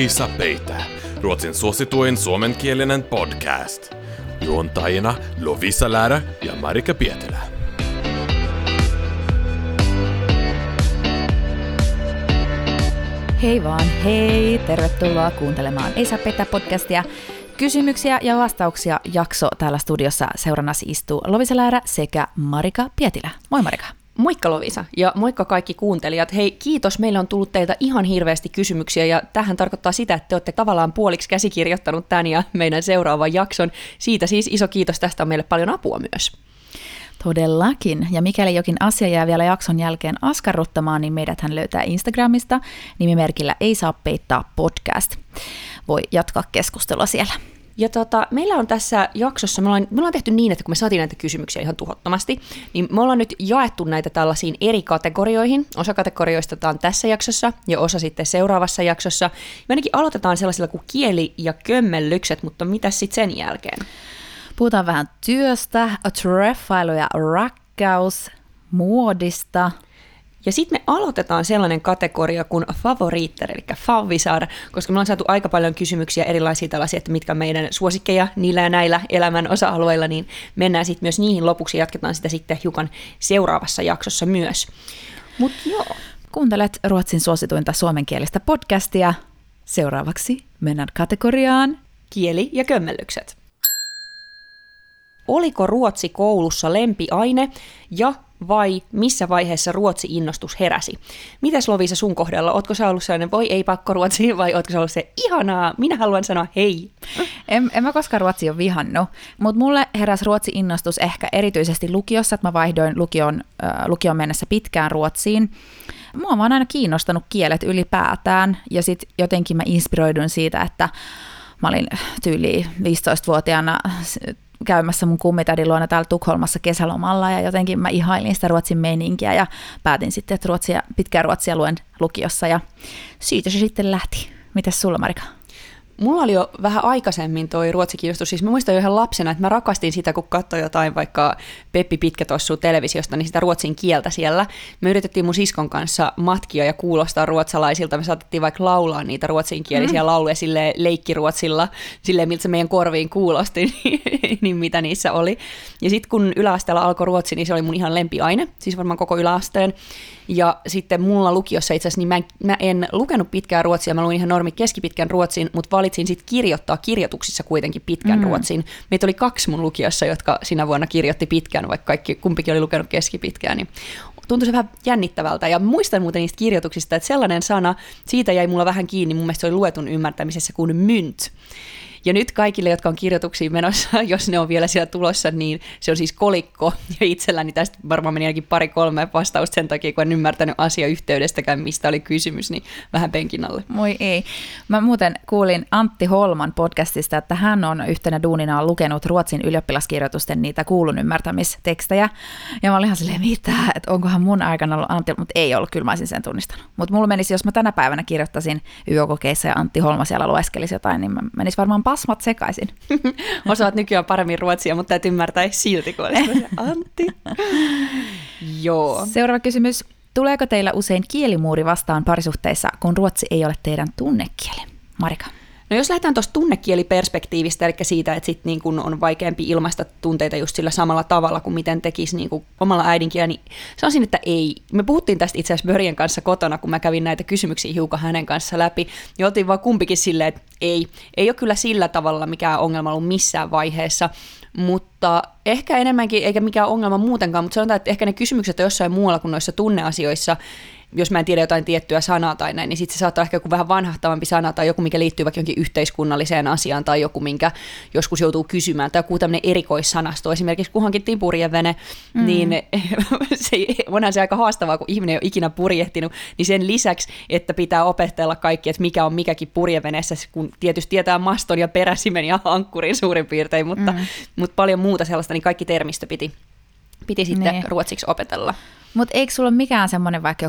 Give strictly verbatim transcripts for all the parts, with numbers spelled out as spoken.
Esa-peitä, Ruotsin suosituin suomenkielinen podcast. Juontajina Lovisa Lärä ja Marika Pietilä. Hei vaan, hei! Tervetuloa kuuntelemaan Esa-peitä-podcastia. Kysymyksiä ja vastauksia jakso täällä studiossa seurannassa istuu Lovisa Lärä sekä Marika Pietilä. Moi Marika! Moikka Lovisa ja moikka kaikki kuuntelijat. Hei, kiitos. Meillä on tullut teiltä ihan hirveästi kysymyksiä ja tähän tarkoittaa sitä, että te olette tavallaan puoliksi käsikirjoittanut tämän ja meidän seuraavan jakson. Siitä siis iso kiitos. Tästä on meille paljon apua myös. Todellakin. Ja mikäli jokin asia jää vielä jakson jälkeen askarruttamaan, niin meidäthän löytää Instagramista nimimerkillä Ei saa peittaa podcast. Voi jatkaa keskustelua siellä. Ja tota, meillä on tässä jaksossa, me ollaan, me ollaan tehty niin, että kun me saatiin näitä kysymyksiä ihan tuhottomasti, niin me ollaan nyt jaettu näitä tällaisiin eri kategorioihin. Osa kategorioista on tässä jaksossa ja osa sitten seuraavassa jaksossa. Me ainakin aloitetaan sellaisilla kuin kieli- ja kömmellykset, mutta mitäs sitten sen jälkeen? Puhutaan vähän työstä, treffailu ja rakkaus, muodista. Ja sitten me aloitetaan sellainen kategoria kuin favoriitter, eli favvisar, koska me on saatu aika paljon kysymyksiä erilaisia tällaisia, että mitkä on meidän suosikkeja niillä ja näillä elämän osa-alueilla, niin mennään sitten myös niihin lopuksi ja jatketaan sitä sitten hiukan seuraavassa jaksossa myös. Mut joo. Kuuntelet Ruotsin suosituinta suomenkielistä podcastia. Seuraavaksi mennään kategoriaan Kieli- ja kömmellykset. Oliko ruotsi koulussa lempiaine ja vai missä vaiheessa ruotsi-innostus heräsi? Mitäs Lovisa sun kohdalla? Ootko sä ollut sellainen voi ei pakko ruotsiin vai ootko sä ollut se ihanaa, minä haluan sanoa hei? En, en mä koskaan ruotsia ole vihannut, mutta mulle heräsi ruotsi-innostus ehkä erityisesti lukiossa, että mä vaihdoin lukion, äh, lukion mennessä pitkään Ruotsiin. Mua on vaan aina kiinnostanut kielet ylipäätään ja sitten jotenkin mä inspiroidun siitä, että mä olin tyyliin viisitoistavuotiaana käymässä mun kummitädin luona täällä Tukholmassa kesälomalla ja jotenkin mä ihailin sitä ruotsin meininkiä ja päätin sitten, että ruotsia, pitkää ruotsia luen lukiossa ja siitä se sitten lähti. Mitäs sulla Marika? Mulla oli jo vähän aikaisemmin toi ruotsikiinnostus, siis mä muistan jo ihan lapsena, että mä rakastin sitä, kun katsoi jotain vaikka Peppi Pitkätossu televisiosta, niin sitä ruotsin kieltä siellä. Me yritettiin mun siskon kanssa matkia ja kuulostaa ruotsalaisilta, me saatettiin vaikka laulaa niitä ruotsinkielisiä mm. lauluja silleen leikkiruotsilla, silleen miltä se meidän korviin kuulosti, niin mitä niissä oli. Ja sitten kun yläasteella alkoi ruotsi, niin se oli mun ihan lempiaine, siis varmaan koko yläasteen. Ja sitten mulla lukiossa itse asiassa, niin mä en, mä en lukenut pitkään ruotsia, mä luin ihan normi keskipitkän ruotsin, mutta valitsin sitten kirjoittaa kirjoituksissa kuitenkin pitkän mm. ruotsin. Meitä oli kaksi mun lukiossa, jotka sinä vuonna kirjoitti pitkän, vaikka kaikki, kumpikin oli lukenut keskipitkään, niin tuntui se vähän jännittävältä. Ja muistan muuten niistä kirjoituksista, että sellainen sana, siitä jäi mulla vähän kiinni, mun mielestä se oli luetun ymmärtämisessä kuin mynt. Ja nyt kaikille, jotka on kirjoituksiin menossa, jos ne on vielä siellä tulossa, niin se on siis kolikko. Ja itselläni tästä varmaan meni ainakin pari-kolme vastausta sen takia, kun en ymmärtänyt asiayhteydestäkään, mistä oli kysymys, niin vähän penkin alle. Moi ei. Mä muuten kuulin Antti Holman podcastista, että hän on yhtenä duuninaan lukenut Ruotsin ylioppilaskirjoitusten niitä kuulun ymmärtämistekstejä. Ja mä olin ihan silleen, mitä, että onkohan mun aikana ollut Antti, mutta ei ollut, kyllä mä olisin sen tunnistanut. Mutta mulla menisi, jos mä tänä päivänä kirjoittaisin Y O-kokeissa ja Antti Holma siellä lueskelisi jotain, niin mä menisi varmaan pasmat sekaisin. Osaat nykyään paremmin ruotsia, mutta et ymmärtää silti, kun olisi Antti. Joo. Seuraava kysymys. Tuleeko teillä usein kielimuuri vastaan parisuhteissa, kun ruotsi ei ole teidän tunnekieli? Marika. No jos lähdetään tuosta tunnekieliperspektiivistä, eli siitä, että sit niin kun on vaikeampi ilmaista tunteita just sillä samalla tavalla kuin miten tekisi niin kun omalla äidinkielellä, niin sanoisin, että ei. Me puhuttiin tästä itse asiassa Börjen kanssa kotona, kun mä kävin näitä kysymyksiä hiukan hänen kanssa läpi, ja oltiin vaan kumpikin silleen, että ei. Ei ole kyllä sillä tavalla mikään ongelma ollut missään vaiheessa, mutta ehkä enemmänkin, eikä mikään ongelma muutenkaan, mutta sanotaan, että ehkä ne kysymykset on jossain muualla kuin noissa tunneasioissa. Jos mä en tiedä jotain tiettyä sanaa tai näin, niin sitten se saattaa ehkä joku vähän vanhahtavampi sana tai joku, mikä liittyy vaikka jonkin yhteiskunnalliseen asiaan tai joku, minkä joskus joutuu kysymään tai joku tämmöinen erikoissanasto. Esimerkiksi kun hankittiin purjevene, mm. niin se, onhan se aika haastavaa, kun ihminen ei ole ikinä purjehtinut, niin sen lisäksi, että pitää opetella kaikki, että mikä on mikäkin purjeveneessä, kun tietysti tietää maston ja peräsimen ja ankkurin suurin piirtein, mutta, mm. mutta paljon muuta sellaista, niin kaikki termistö piti, piti sitten niin ruotsiksi opetella. Mutta eikö sulla ole mikään semmoinen vaikka joku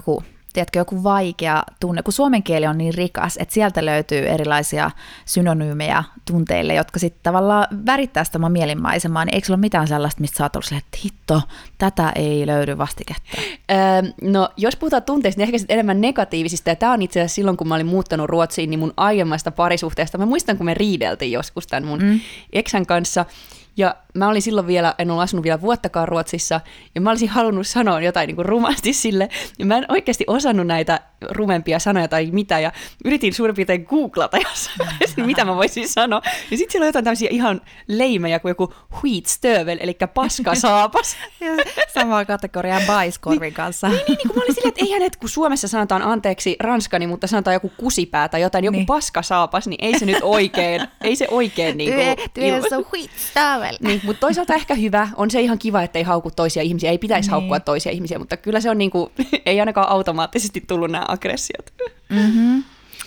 tiedätkö, joku vaikea tunne, kun suomen kieli on niin rikas, että sieltä löytyy erilaisia synonyymejä tunteille, jotka sitten tavallaan värittää sitä omaa mielinmaisemaa, niin eikö sulla ole mitään sellaista, mistä sä oot ollut silleen, että hitto, tätä ei löydy vastiketta? Öö, no, jos puhutaan tunteista, niin ehkä sitten enemmän negatiivisista, ja tämä on itse asiassa silloin, kun mä olin muuttanut Ruotsiin, niin mun aiemmasta parisuhteesta, mä muistan, kun me riideltiin joskus tämän mun mm. eksän kanssa, ja mä olin silloin vielä, en ole asunut vielä vuottakaan Ruotsissa, ja mä olisin halunnut sanoa jotain niin kuin rumasti sille, ja mä en oikeasti osannut näitä rumempia sanoja tai mitä, ja yritin suurin piirtein googlata jossain vaiheessa, mitä mä voisin sanoa. Ja sitten siellä on jotain tämmöisiä ihan leimejä kuin joku skitstövel, eli paskasaapas. Samaa kategoriaa baiskorvin kanssa. Niin, niin, niin kun mä olin silleen, että eihän, että kun Suomessa sanotaan anteeksi ranskani, mutta sanotaan joku kusipää tai jotain, joku niin. paskasaapas, niin ei se nyt oikein, ei se oikein niin kuin... Työ, työ, so skitstövel. Niin, mutta toisaalta ehkä hyvä, on se ihan kiva, että ei hauku toisia ihmisiä, ei pitäisi niin. haukkua toisia ihmisiä, mutta kyllä se on niin kuin, ei ainakaan automaattisesti tullut nämä aggressiot. Mm-hmm.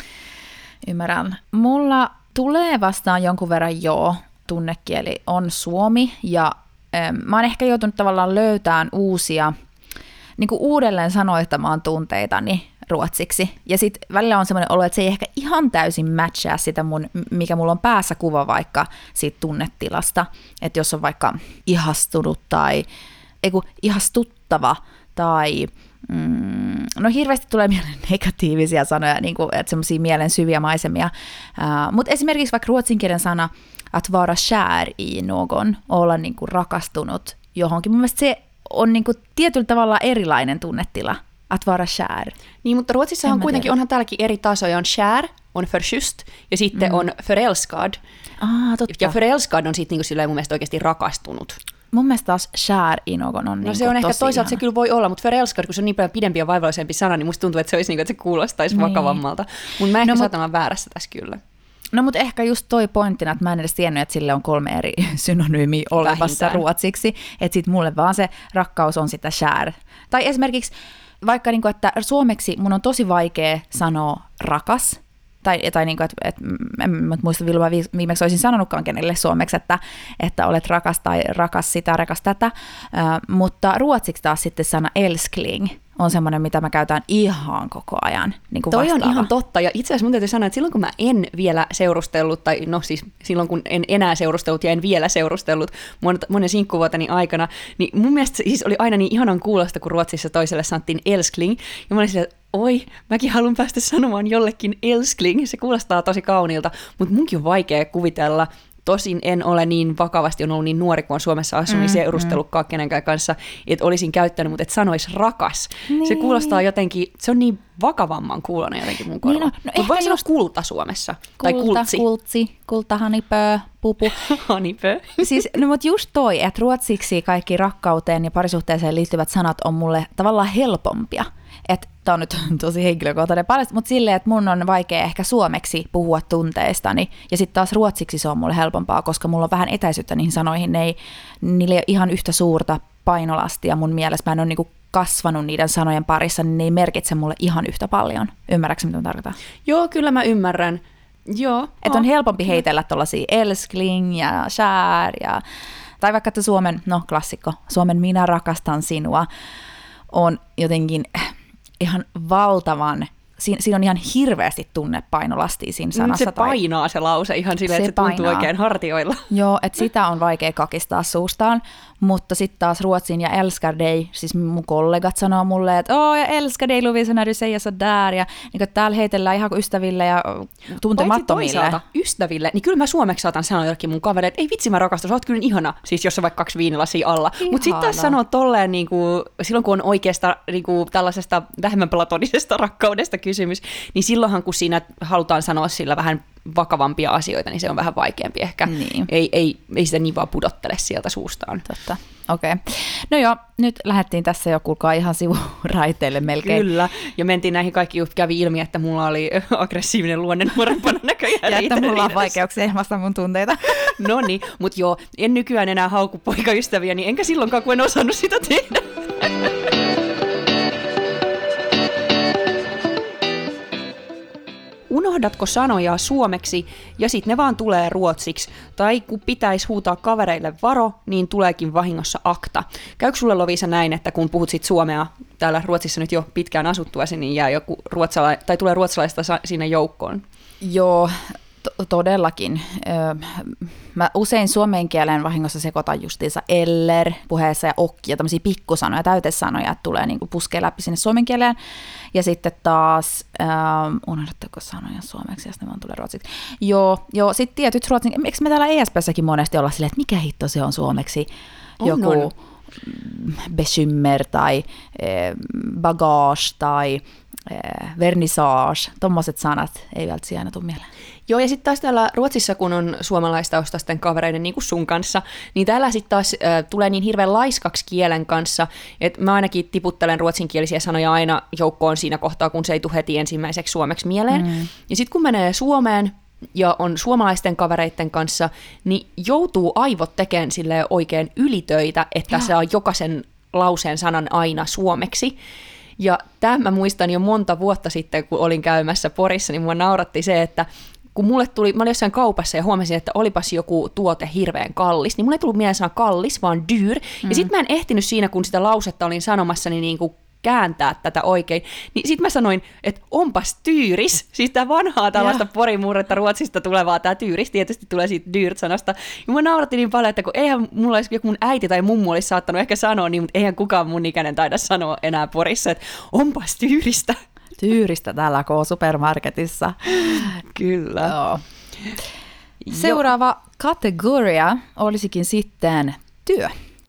Ymmärrän. Mulla tulee vastaan jonkun verran joo, tunnekieli on suomi, ja ähm, mä oon ehkä joutunut tavallaan löytämään uusia, niin kuin uudelleen sanoittamaan tunteitani ruotsiksi. Ja sitten välillä on semmoinen olo, että se ei ehkä ihan täysin matchaa sitä, mun, mikä mulla on päässä kuva vaikka siitä tunnetilasta. Että jos on vaikka ihastunut tai eiku, ihastuttava tai mm, no hirveästi tulee mieleen negatiivisia sanoja, niin kuin, että semmoisia mielen syviä maisemia. Uh, Mutta esimerkiksi vaikka ruotsinkielen sana att vara kär i någon, olla niin kuin rakastunut johonkin. Mun mielestä se on niin kuin tietyllä tavalla erilainen tunnetila. Att vara kär. Niin, mutta Ruotsissa on kuitenkin, onhan täälläkin eri tasoja. On kär, on förtjust ja sitten mm. on förälskad. Ah, totta. Ja förälskad on sitten niin mun mielestä oikeasti rakastunut. Mun mielestä taas kär i någon on No niin se on ehkä toisaalta ihana. Se kyllä voi olla, mutta förälskad, kun se on niin paljon pidempi ja vaivallisempi sana, niin musta tuntuu, että se olisi niin kuin, että se kuulostaisi niin. vakavammalta. Mutta mä ehkä no, saatan olla väärässä tässä kyllä. No mutta ehkä just toi pointtina, että mä en edes tiennyt, että sille on kolme eri synonyymiä olemassa Vähintään. ruotsiksi. Että sit mulle vaan se rakkaus on sitä kär. Tai esimerkiksi vaikka, niin kuin, että suomeksi mun on tosi vaikea sanoa rakas. Tai, tai niin kuin, että, että en muista Vilma viimeksi olisin sanonutkaan kenelle suomeksi, että, että olet rakas tai rakas sitä, rakas tätä. Äh, mutta ruotsiksi taas sitten sana älskling on semmoinen, mitä mä käytän ihan koko ajan. Niin kuin Toi vastaava. on ihan totta, ja itse asiassa mun täytyy sanoa, että silloin kun mä en vielä seurustellut, tai no siis silloin kun en enää seurustellut ja en vielä seurustellut monen sinkkuvuoteni aikana, niin mun mielestä se siis oli aina niin ihanan kuulosta, kun Ruotsissa toiselle sanottiin älskling, ja mä olin silleen, oi, mäkin haluan päästä sanomaan jollekin älskling, se kuulostaa tosi kauniilta, mutta munkin on vaikea kuvitella, tosin en ole niin vakavasti, on ollut niin nuori, kun on Suomessa asunut, niin mm, seurustellutkaan kenenkään kanssa, että olisin käyttänyt, mutta että sanoisi rakas. Niin. Se kuulostaa jotenkin, se on niin vakavamman kuulonen jotenkin mun korvaan. Niin no, no mutta voi sanoa just kulta Suomessa, kulta, tai kultsi. kultsi, kulta, hanipö, pupu. Hanipö. Siis, no mut just toi, että ruotsiksi kaikki rakkauteen ja parisuhteeseen liittyvät sanat on mulle tavallaan helpompia. Että tää on nyt tosi henkilökohtainen paljon, mutta silleen, että mun on vaikea ehkä suomeksi puhua tunteistani, ja sitten taas ruotsiksi se on mulle helpompaa, koska mulla on vähän etäisyyttä niihin sanoihin, ne ei, niillä ei ole ihan yhtä suurta painolastia mun mielestä, mä en ole niinku kasvanut niiden sanojen parissa, niin ne ei merkitse mulle ihan yhtä paljon. Ymmärrätkö, mitä mä tarkoitan? Joo, kyllä mä ymmärrän. Joo. Että on helpompi heitellä tuollaisia älskling ja kär ja tai vaikka että Suomen, no klassikko, Suomen minä rakastan sinua on jotenkin ihan valtavan, siinä, siinä on ihan hirveästi tunnepainolastia siinä sanassa. Se painaa se lause ihan silleen, se että se painaa. Tuntuu oikein hartioilla. Joo, että sitä on vaikea kakistaa suustaan, mutta sitten taas ruotsin ja älskar dig, siis mun kollegat sanoo mulle, että åh, jag älskar dig Lovisa när du säger så där, ja niin täällä heitellään ihan ystäville ja tuntemattomille. Paitsi toisaalta ystäville, niin kyllä mä suomeksi saatan sanoa jollekin mun kavereille, että ei vitsi mä rakastan, sä oot kyllä ihana, siis jos on vaikka kaksi viinilasia alla. Mutta sitten taas sanoo tolleen, niin kuin, silloin kun on oikeasta niin kuin tällaisesta vähemmän platonisesta rakkaudesta kysymys, niin silloinhan kun siinä halutaan sanoa sillä vähän vakavampia asioita, niin se on vähän vaikeampi ehkä. Niin. Ei, ei, ei sitä niin vaan pudottele sieltä suustaan. Totta, okei. Okay. No joo, nyt lähdettiin tässä jo kuulkaa ihan sivuraiteille melkein. Kyllä, ja mentiin näihin kaikki just kävi ilmi, että mulla oli aggressiivinen luonne nuorempana näköjään. Ja että mulla on vaikeuksia ilmaista mun tunteita. No niin, mutta joo, en nykyään enää hauku poikaystäviä, niin enkä silloinkaan, kun en osannut sitä tehdä. unohdatko sanoja suomeksi ja sitten ne vaan tulee ruotsiksi. Tai kun pitäisi huutaa kavereille varo, niin tuleekin vahingossa akta. Käykö sulle, Lovisa, näin, että kun puhut sit suomea täällä Ruotsissa nyt jo pitkään asuttuasi, niin jää joku ruotsala- tai tulee ruotsalaista sinne joukkoon? Joo, to- todellakin. Öö, mä usein suomen kielen vahingossa sekoitan justiinsa eller puheessa ja okki ja tämmöisiä pikkusanoja, täytesanoja, että tulee niinku puskee läpi sinne suomen kieleen. Ja sitten taas, öö, unohdatteko sanoja suomeksi, ja sitten vaan tulee ruotsiksi. Joo, joo sitten tietyt ruotsin, eikö me täällä E S P:ssäkin monesti olla silleen, että mikä hitto se on suomeksi? On, Joku on. bekymmer tai eh, bagage tai eh, vernissage, tommoset sanat ei välttämättä aina tule mieleen. Joo, ja sitten taas täällä Ruotsissa, kun on suomalaistaustaisten kavereiden niin kuin sun kanssa, niin täällä sitten taas äh, tulee niin hirveän laiskaksi kielen kanssa, että mä ainakin tiputtelen ruotsinkielisiä sanoja aina joukkoon siinä kohtaa, kun se ei tule heti ensimmäiseksi suomeksi mieleen. Mm. Ja sitten kun menee Suomeen ja on suomalaisten kavereiden kanssa, niin joutuu aivot tekemään silleen oikein ylitöitä, että saa jokaisen lauseen sanan aina suomeksi. Ja tämän mä muistan jo monta vuotta sitten, kun olin käymässä Porissa, niin mua nauratti se, että kun mulle tuli, mä olin jossain kaupassa ja huomasin, että olipas joku tuote hirveän kallis, niin mulle ei tullut mieleen sana kallis, vaan dyr. Mm. Ja sitten mä en ehtinyt siinä, kun sitä lausetta olin sanomassa, niin, niin kuin kääntää tätä oikein. Niin sitten mä sanoin, että onpas tyyris, siis tämä vanhaa tällaista porimurretta Ruotsista tulevaa, tämä tyyris tietysti tulee siitä dyrt-sanasta. Ja mä nauratti niin paljon, että kun eihän mulla olisi joku mun äiti tai mummu olisi saattanut ehkä sanoa niin, mutta eihän kukaan mun ikäinen taida sanoa enää Porissa, että onpas tyyristä. Tyyristä täällä K-supermarketissa. Kyllä. Joo. Seuraava kategoria olisikin sitten työ.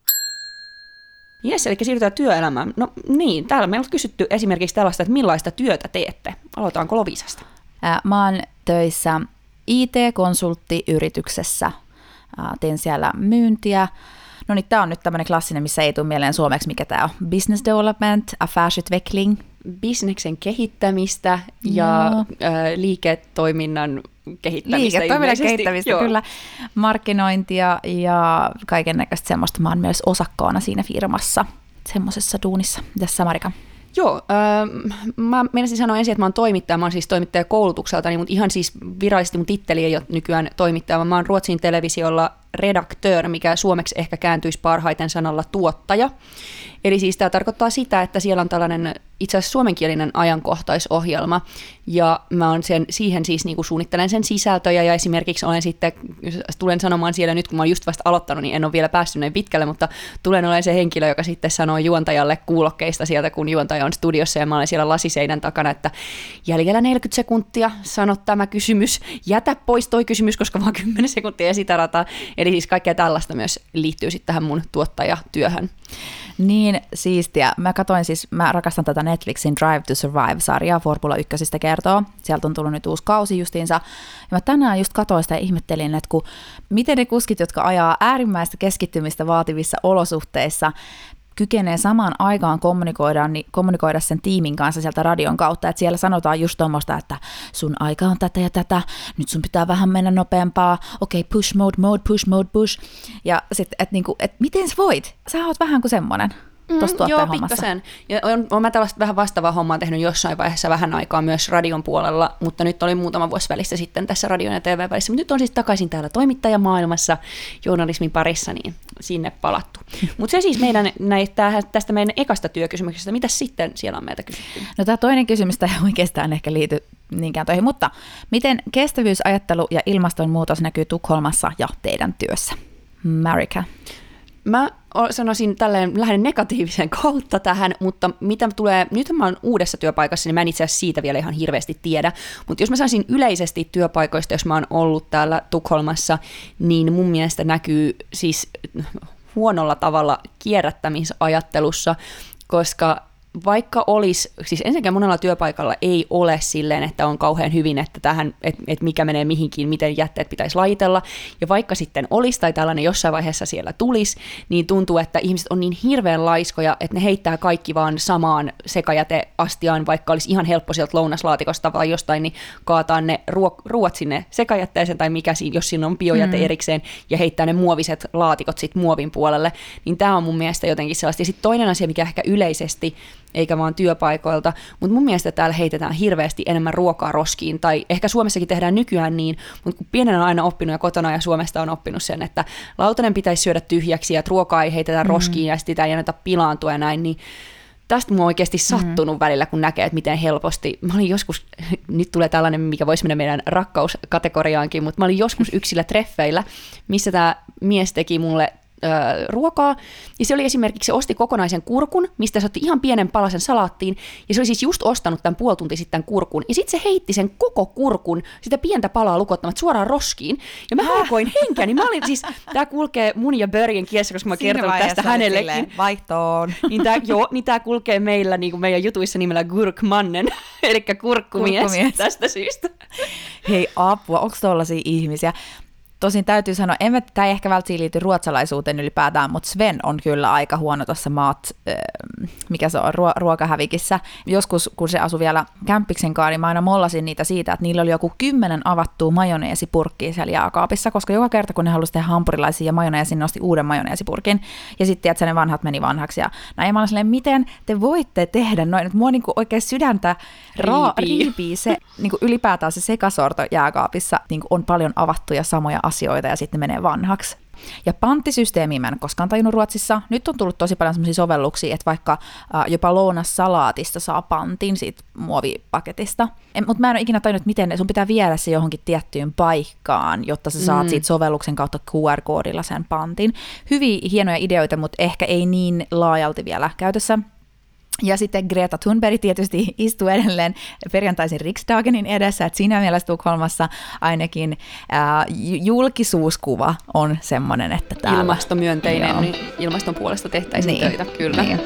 Jes, eli siirrytään työelämään. No niin, täällä meillä on kysytty esimerkiksi tällaista, että millaista työtä teette. Aloitaanko Lovisasta? Ää, mä oon töissä I T-konsulttiyrityksessä. Ää, teen siellä myyntiä. No niin, tää on nyt tämmöinen klassinen, missä ei tule mieleen suomeksi, mikä tää on. Business development, affärsutveckling. Bisneksen kehittämistä ja ä, liiketoiminnan kehittämistä. Liiketoiminnan kehittämistä, joo. Kyllä. Markkinointia ja kaiken näköistä semmoista. Mä oon myös osakkaana siinä firmassa, semmoisessa duunissa. Mitäs sä, Marika? Joo, äh, mä menisin sanoa ensin, että mä oon toimittaja, mä oon siis toimittaja koulutukselta, mutta ihan siis virallisesti mun titteli ei ole nykyään toimittaja, vaan mä oon Ruotsin televisiolla redaktör, mikä suomeksi ehkä kääntyisi parhaiten sanalla tuottaja. Eli siis tämä tarkoittaa sitä, että siellä on tällainen itse asiassa suomenkielinen ajankohtaisohjelma, ja mä oon sen, siihen siis niinku suunnittelen sen sisältöjä, ja esimerkiksi olen sitten, tulen sanomaan siellä nyt, kun mä oon just vasta aloittanut, niin en ole vielä päässyt näin pitkälle, mutta tulen olemaan se henkilö, joka sitten sanoo juontajalle kuulokkeista sieltä, kun juontaja on studiossa, ja mä olen siellä lasiseinän takana, että jäljellä neljäkymmentä sekuntia, sano tämä kysymys, jätä pois toi kysymys, koska vaan kymmenen sekuntia ja sitä rataa. Eli siis kaikkea tällaista myös liittyy sitten tähän mun tuottajatyöhön. Niin siistiä. Mä katoin siis, mä rakastan tätä Netflixin Drive to Survive-sarjaa, Formula ykkösistä kertoo. Sieltä on tullut nyt uusi kausi justiinsa. Ja mä tänään just katoin sitä ja ihmettelin, että kun, miten ne kuskit, jotka ajaa äärimmäistä keskittymistä vaativissa olosuhteissa, kykenee samaan aikaan kommunikoida, niin kommunikoida sen tiimin kanssa sieltä radion kautta, että siellä sanotaan just tuommoista, että sun aika on tätä ja tätä, nyt sun pitää vähän mennä nopeampaa, okei, okay, push mode, mode, push mode, push, ja sitten, että niinku, et miten sä voit? Sä oot vähän kuin semmoinen. Mm, joo, pikkasen. Ja on, on mä tällaista vähän vastaavaa hommaa tehnyt jossain vaiheessa vähän aikaa myös radion puolella, mutta nyt oli muutama vuosi välissä sitten tässä radion ja T V-välissä. Mutta nyt on siis takaisin täällä toimittajamaailmassa journalismin parissa, niin sinne palattu. Mutta se siis meidän näitä, tästä meidän ekasta työkysymyksestä. Mitäs sitten siellä on meiltä kysytty? No tämä toinen kysymys ei oikeastaan ehkä liity niinkään toihin, mutta miten kestävyysajattelu ja ilmastonmuutos näkyy Tukholmassa ja teidän työssä? Marika. Mä sanoisin tälleen lähden negatiivisen kautta tähän, mutta mitä tulee, nyt mä oon uudessa työpaikassa, niin mä en itse asiassa siitä vielä ihan hirveästi tiedä, mutta jos mä sanoisin yleisesti työpaikoista, jos mä oon ollut täällä Tukholmassa, niin mun mielestä näkyy siis huonolla tavalla kierrättämisajattelussa, koska vaikka olisi, siis ensinnäkin monella työpaikalla ei ole silleen, että on kauhean hyvin, että tähän, että et mikä menee mihinkin, miten jätteet pitäisi lajitella, ja vaikka sitten olisi tai tällainen jossain vaiheessa siellä tulisi, niin tuntuu, että ihmiset on niin hirveän laiskoja, että ne heittää kaikki vaan samaan sekajäteastiaan, vaikka olisi ihan helppo sieltä lounaslaatikosta tai jostain, niin kaataa ne ruo- ruoat sinne sekajätteeseen tai mikä siinä, jos siinä on biojäte mm. erikseen, ja heittää ne muoviset laatikot sitten muovin puolelle, niin tämä on mun mielestä jotenkin sellaista. Ja sitten toinen asia, mikä ehkä yleisesti eikä vaan työpaikoilta, mutta mun mielestä täällä heitetään hirveästi enemmän ruokaa roskiin, tai ehkä Suomessakin tehdään nykyään niin, mutta kun pienenä on aina oppinut ja kotona ja Suomesta on oppinut sen, että lautanen pitäisi syödä tyhjäksi ja että ruokaa ei heitetä mm. roskiin ja sitä ei anneta pilaantua ja näin, niin tästä mua on oikeasti sattunut mm. välillä, kun näkee, että miten helposti, mä olin joskus, nyt tulee tällainen, mikä voisi mennä meidän rakkauskategoriaankin, mutta mä olin joskus yksillä treffeillä, missä tämä mies teki mulle ruokaa, ja se oli esimerkiksi, se osti kokonaisen kurkun, mistä se otti ihan pienen palasen salaattiin, ja se oli siis just ostanut tämän puoli tuntia sitten kurkun, ja sitten se heitti sen koko kurkun, sitä pientä palaa lukottamatta suoraan roskiin, ja mä halkoin henkeä, niin mä olin siis, tää kulkee mun ja Börjen kielessä, koska mä kerton tästä hänellekin. Vaihtoon. Niin tää, joo, niin tää kulkee meillä, niin kuin meidän jutuissa nimellä Gurkmannen, eli kurkkumies, kurkkumies tästä syystä. Hei apua, onko tollaisia ihmisiä? Tosin täytyy sanoa, en, tämä ei ehkä välttämättä liity ruotsalaisuuteen ylipäätään, mutta Sven on kyllä aika huono tuossa maat, mikä se on, ruokahävikissä. Joskus, kun se asui vielä kämppiksen kanssa, niin mä aina mollasin niitä siitä, että niillä oli joku kymmenen avattua majoneesipurkkia siellä jääkaapissa, koska joka kerta, kun ne halusi tehdä hampurilaisia ja majoneesin, nosti uuden majoneesipurkin, ja sitten, että ne vanhat meni vanhaksi. Ja näin mä olin silleen, miten te voitte tehdä noin, että mua niinku oikein sydäntä ra- riipii. riipii se, niinku ylipäätään se sekasorto jääkaapissa, niinku on paljon avattuja samoja asioita ja sitten menee vanhaksi. Ja panttisysteemiä mä en koskaan tajunnut Ruotsissa. Nyt on tullut tosi paljon sellaisia sovelluksia, että vaikka äh, jopa lounassalaatista saa pantin siitä muovipaketista. Mutta mä en ole ikinä tajunnut, miten sun pitää viedä se johonkin tiettyyn paikkaan, jotta sä saat mm. siitä sovelluksen kautta Q R-koodilla sen pantin. Hyviä hienoja ideoita, mutta ehkä ei niin laajalti vielä käytössä. Ja sitten Greta Thunberg tietysti istuu edelleen perjantaisin Riksdagenin edessä, että siinä mielessä Tukholmassa ainakin ää, julkisuuskuva on semmoinen, että täällä ilmastomyönteinen, niin ilmaston puolesta tehtäisiin niin, töitä, kyllä. Niin.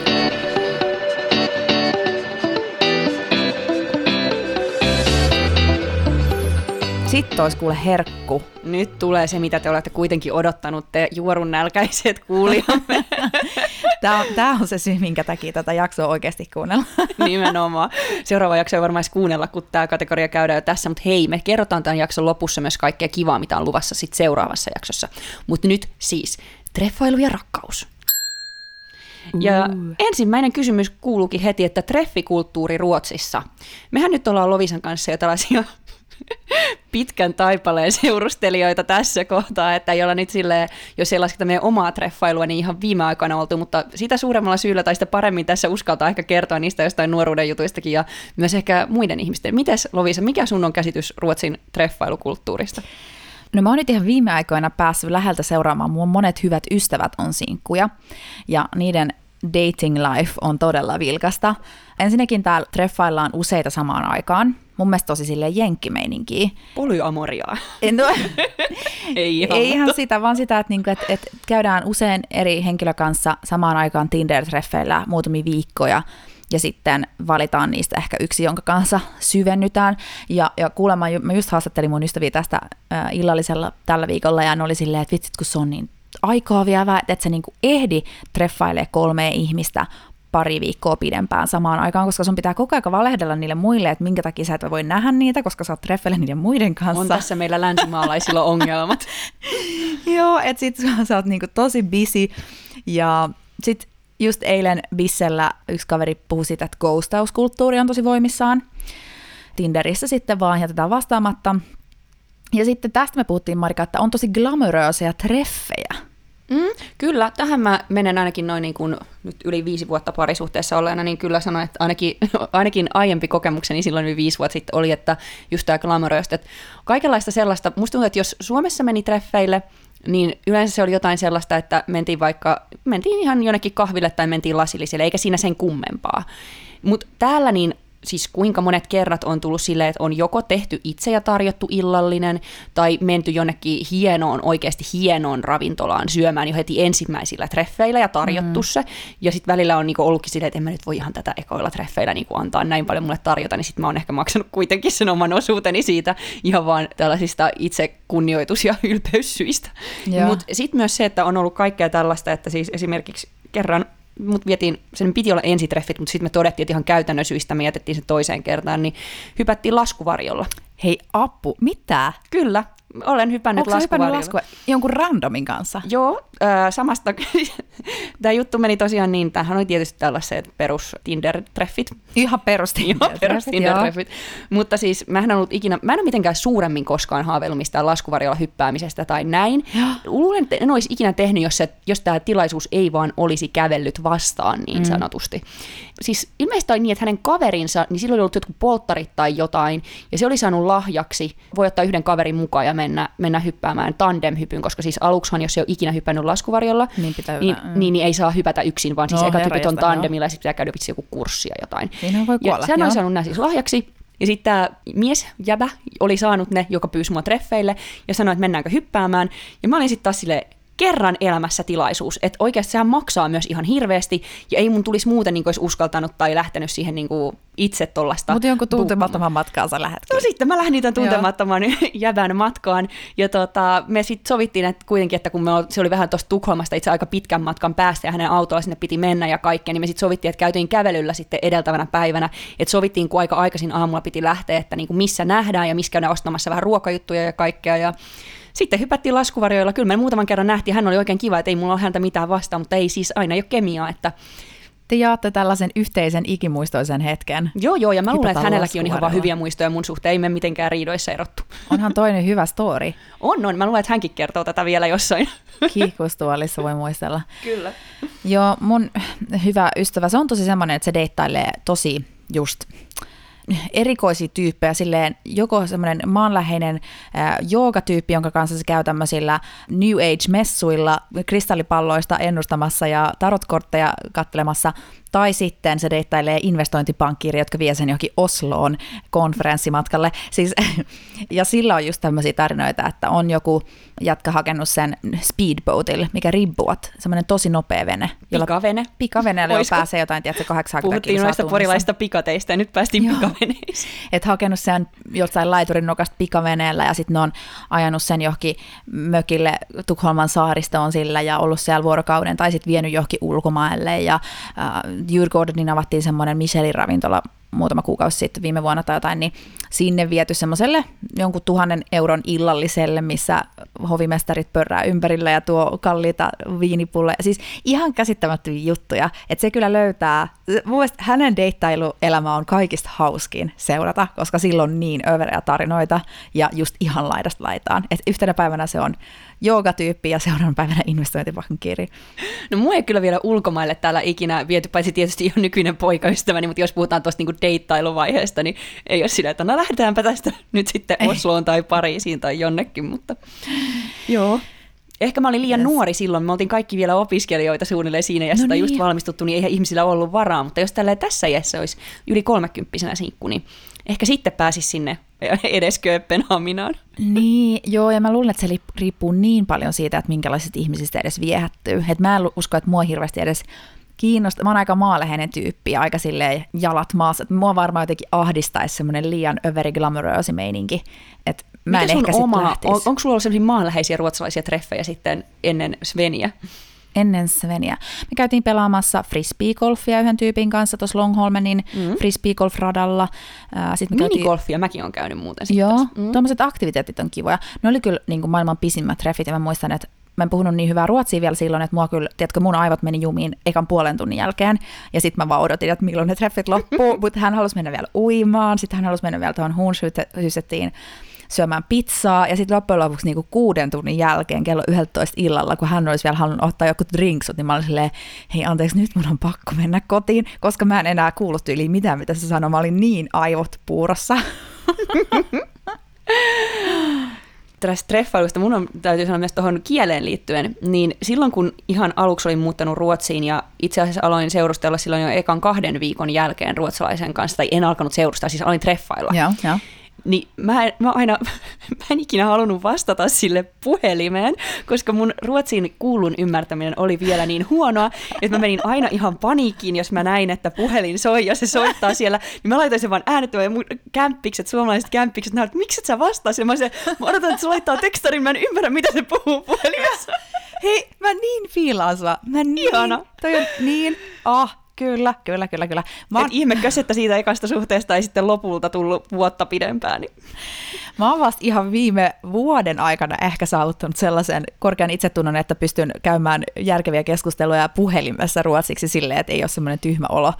Sitten olisi kuule herkku. Nyt tulee se, mitä te olette kuitenkin odottanut, te juorun nälkäiset kuulijamme. Tämä on, tämä on se syy, minkä takia tätä jaksoa oikeasti kuunnella. Nimenomaan. Seuraava jakso ei varmaan kuunnella, kun tämä kategoria käydään jo tässä, mutta hei, me kerrotaan tämän jakson lopussa myös kaikkea kivaa, mitä on luvassa sitten seuraavassa jaksossa. Mutta nyt siis treffailu ja rakkaus. Ja uh. ensimmäinen kysymys kuuluukin heti, että treffikulttuuri Ruotsissa. Mehän nyt ollaan Lovisan kanssa jo tällaisia pitkän taipaleen seurustelijoita tässä kohtaa, että ei olla nyt silleen, jos ei lasketa meidän omaa treffailua, niin ihan viime aikoina oltu, mutta sitä suuremmalla syyllä tai sitä paremmin tässä uskaltaa ehkä kertoa niistä jostain nuoruuden jutuistakin ja myös ehkä muiden ihmisten. Mites Lovisa, mikä sun on käsitys Ruotsin treffailukulttuurista? No mä oon nyt ihan viime aikoina päässyt läheltä seuraamaan, mun monet hyvät ystävät on sinkkuja ja niiden dating life on todella vilkasta. Ensinnäkin täällä treffaillaan useita samaan aikaan. Mun mielestä tosi silleen jenkkimeininkiä. Polyamoriaa. En tuo, ei ihan, ei ihan sitä, vaan sitä, että, niinku, että, että käydään usein eri henkilön kanssa samaan aikaan Tinder-treffeillä muutamia viikkoja, ja sitten valitaan niistä ehkä yksi, jonka kanssa syvennytään. Ja, ja kuulemma, mä just haastattelin mun ystäviä tästä äh, illallisella tällä viikolla, ja ne oli silleen, että vitsit, kun se on niin aikaa vievää, että sä niinku ehdi treffailee kolmea ihmistä pari viikkoa pidempään samaan aikaan, koska sun pitää koko ajan valehdella niille muille, että minkä takia sä et voi nähdä niitä, koska sä oot treffeille niiden muiden kanssa. On tässä meillä länsimaalaisilla ongelmat. Joo, että sit sä oot niinku tosi busy. Ja sit just eilen Bissellä yksi kaveri puhui siitä, että ghostauskulttuuri on tosi voimissaan. Tinderissä sitten vaan jätetään vastaamatta. Ja sitten tästä me puhuttiin, Marika, että on tosi glamoröösiä treffejä. Mm, kyllä, tähän mä menen ainakin noin niin kuin nyt yli viisi vuotta parisuhteessa olleena, niin kyllä sanoin, että ainakin, ainakin aiempi kokemukseni silloin yli viisi vuotta sitten oli, että just tämä glamorööstä, että kaikenlaista sellaista, musta tuntuu, että jos Suomessa meni treffeille, niin yleensä se oli jotain sellaista, että mentiin vaikka, mentiin ihan jonnekin kahville tai mentiin lasillisille, eikä siinä sen kummempaa. Mutta täällä niin siis kuinka monet kerrat on tullut silleen, että on joko tehty itse ja tarjottu illallinen, tai menty jonnekin hienoon, oikeasti hienoon ravintolaan syömään jo heti ensimmäisillä treffeillä ja tarjottu mm. se. Ja sitten välillä on niinku ollutkin silleen, että en mä nyt voi ihan tätä ekoilla treffeillä niinku antaa näin paljon mulle tarjota, niin sitten mä oon ehkä maksanut kuitenkin sen oman osuuteni siitä ihan vaan tällaisista itsekunnioitus- ja ylpeyssyistä. Mutta sitten myös se, että on ollut kaikkea tällaista, että siis esimerkiksi kerran mut vietiin, sen piti olla ensitreffit, mutta sitten me todettiin, että ihan käytännön syistä me jätettiin sen toiseen kertaan, niin hypättiin laskuvarjolla. Hei Appu, mitä? Kyllä. olen hypännyt laskuvarjolla. Laskua jonkun randomin kanssa? Joo, äh, samasta. Tämä juttu meni tosiaan niin, tämähän oli tietysti tällaiset perus Tinder-treffit. Ihan perus Tinder-treffit, perus Tinder-treffit. Mutta siis mähän en ollut ikinä, mä en ole mitenkään suuremmin koskaan haaveillut mistään laskuvarjolla hyppäämisestä tai näin. Luulen, että en olisi ikinä tehnyt, jos, se, jos tämä tilaisuus ei vaan olisi kävellyt vastaan niin mm. sanotusti. Siis ilmeisesti oli niin, että hänen kaverinsa, niin silloin oli ollut jotkut polttarit tai jotain, ja se oli saanut lahjaksi, voi ottaa yhden kaverin mukaan ja mennä, mennä hyppäämään tandemhypyn, koska siis aluksihan, jos ei ole ikinä hypännyt laskuvarjolla, niin, niin, mm. niin, niin ei saa hypätä yksin, vaan siis no, eka tyypit on tandemilla, ja sitten pitää käydä vitsi joku kurssi ja jotain. Siinä voi kuolla. Ja sehän oli saanut nämä siis lahjaksi, ja sitten tämä mies, jäbä, oli saanut ne, joka pyysi mua treffeille, ja sanoi, että mennäänkö hyppäämään, ja mä olin sitten taas silleen, kerran elämässä tilaisuus, että oikeasti sehän maksaa myös ihan hirveästi, ja ei mun tulisi muuten niin kuin olisi uskaltanut tai lähtenyt siihen niin kuin itse tollaista. Mutta jonkun tuntemattoman matkaan sä lähdet. No sitten mä lähdin tämän tuntemattoman jäbän matkaan, ja tota, me sitten sovittiin että kuitenkin, että kun me ol, se oli vähän tuosta Tukholmasta itse aika pitkän matkan päästä, ja hänen autolla sinne piti mennä ja kaikkea, niin me sitten sovittiin, että käytiin kävelyllä sitten edeltävänä päivänä, että sovittiin, kun aika aikaisin aamulla piti lähteä, että niin kuin missä nähdään, ja missä käydään ostamassa vähän ruokajuttuja ja kaikkea, ja sitten hypättiin laskuvarjoilla. Kyllä me muutaman kerran nähtiin, hän oli oikein kiva, että ei mulla ole häntä mitään vastaan, mutta ei siis aina ole kemiaa. Että te jaatte tällaisen yhteisen ikimuistoisen hetken. Joo, joo, ja mä luulen, että hänelläkin on ihan vaan hyviä muistoja mun suhteen, ei me mitenkään riidoissa erottu. Onhan toinen hyvä story. On, on. Mä luulen, että hänkin kertoo tätä vielä jossain. Kiihkustuolissa voi muistella. Kyllä. Joo, mun hyvä ystävä, se on tosi semmoinen, että se deittailee tosi just erikoisia tyyppejä, silleen joko semmoinen maanläheinen äh, joogatyyppi, jonka kanssa se käy tämmöisillä New Age-messuilla kristallipalloista ennustamassa ja tarotkortteja kattelemassa, tai sitten se deittailee investointipankkiiri, jotka vie sen johonkin Osloon konferenssimatkalle. Siis, ja sillä on just tämmöisiä tarinoita, että on joku jätkä hakenut sen speedboatilla, mikä ribbuat, semmoinen tosi nopea vene. Pikavene. Pikaveneellä, jolla pääsee jotain, tiedätkö, kahdeksankymmentä Puhuttiin kilsaa noista porilaisista pikateista ja nyt päästiin pikaveneisiin. Että hakenut sen jostain laiturin nokasta pikaveneellä ja sitten ne on ajanut sen johonkin mökille Tukholman saaristoon sillä ja ollut siellä vuorokauden tai sitten vienyt johonkin ulkomaille ja äh, Djurgårdenin avattiin semmoinen Michelin-ravintola muutama kuukausi sitten viime vuonna tai jotain, niin sinne viety semmoiselle jonkun tuhannen euron illalliselle, missä hovimestarit pörrää ympärillä ja tuo kalliita viinipulleja. Siis ihan käsittämättömiä juttuja, että se kyllä löytää, mun mielestä hänen deittailuelämä on kaikista hauskin seurata, koska silloin on niin överejä tarinoita ja just ihan laidasta laitaan. Että yhtenä päivänä se on joogatyyppi ja seuraavana päivänä investointipankkiiri. No mua ei kyllä vielä ulkomaille täällä ikinä viety, paitsi tietysti ihan nykyinen poikaystäväni, mutta jos puhutaan tuosta niinku deittailuvaiheesta, niin ei ole sillä, että no lähdetäänpä tästä nyt sitten Osloon tai Pariisiin tai jonnekin, mutta joo. Ehkä mä olin liian yes. nuori silloin, me oltiin kaikki vielä opiskelijoita suunnilleen siinä, ja no sitä niin. just valmistuttu, niin eihän ihmisillä ollut varaa, mutta jos tällä tässä iässä olisi yli kolmekymppisenä sinkku, niin ehkä sitten pääsisi sinne edes Kööpenhaminaan. Niin, joo, ja mä luulen, että se riippuu niin paljon siitä, että minkälaisista ihmisistä edes viehättyy. Et mä en usko, että mua hirveästi edes kiinnostaa. Mä oon aika maaleheinen tyyppi ja aika silleen jalat maassa. Mua varmaan jotenkin ahdistaisi semmoinen liian överi-glamoröösi meininki. Että mä en ehkä sitten lähtisi. On, onko sulla ollut semmoisia maanläheisiä ruotsalaisia treffejä sitten ennen Sveniä? Ennen Sveniä. Me käytiin pelaamassa frisbee-golfia yhden tyypin kanssa tuossa Longholmenin mm. frisbee-golf-radalla. Minigolfia mäkin olen käynyt muuten. Joo, mm. tuommoiset aktiviteetit on kivoja. Ne oli kyllä niin kuin maailman pisimmät treffit, ja mä muistan, että mä en puhunut niin hyvää ruotsia vielä silloin, että mua kyllä, tiedätkö, mun aivot meni jumiin ekan puolen tunnin jälkeen, ja sitten mä vaan odotin, että milloin ne treffit loppuu, mutta hän halusi mennä vielä uimaan, sitten hän halusi mennä vielä tuohon Hornsysettiin syömään pizzaa, ja sitten loppujen lopuksi niinku kuuden tunnin jälkeen kello yksitoista illalla, kun hän olisi vielä halunnut ottaa joku drinksut, niin mä olin silleen, hei anteeksi, nyt mun on pakko mennä kotiin, koska mä en enää kuullut yli mitään, mitä se sanoi, mä olin niin aivot puurossa. Tästä treffailusta mun on, täytyy sanoa myös tuohon kieleen liittyen, niin silloin kun ihan aluksi olin muuttanut Ruotsiin ja itse asiassa aloin seurustella silloin jo ekan kahden viikon jälkeen ruotsalaisen kanssa, tai en alkanut seurustaa, siis aloin treffailla. Joo, joo. Niin mä, en, mä aina, mä en ikinä halunnut vastata sille puhelimeen, koska mun ruotsin kuulun ymmärtäminen oli vielä niin huonoa, että mä menin aina ihan paniikkiin, jos mä näin, että puhelin soi ja se soittaa siellä, niin mä laitoin sen vaan äänettämään ja mun kämppikset, suomalaiset kämppikset, näin, että miksi et sä vastaa sille? Mä, se, mä odotan, että se laittaa tekstarin, mä en ymmärrä, mitä se puhuu puhelimessa. Hei, mä niin fiilaan sua. Mä niin, ihana. Toi on niin, ah, kyllä, kyllä, kyllä, kyllä. Mä oon... Et ihmekös, että siitä ekasta suhteesta ei sitten lopulta tullut vuotta pidempään. Niin. Mä oon vasta ihan viime vuoden aikana ehkä saavuttanut sellaisen korkean itsetunnon, että pystyn käymään järkeviä keskusteluja puhelimessa ruotsiksi silleen, että ei ole semmoinen tyhmä olo.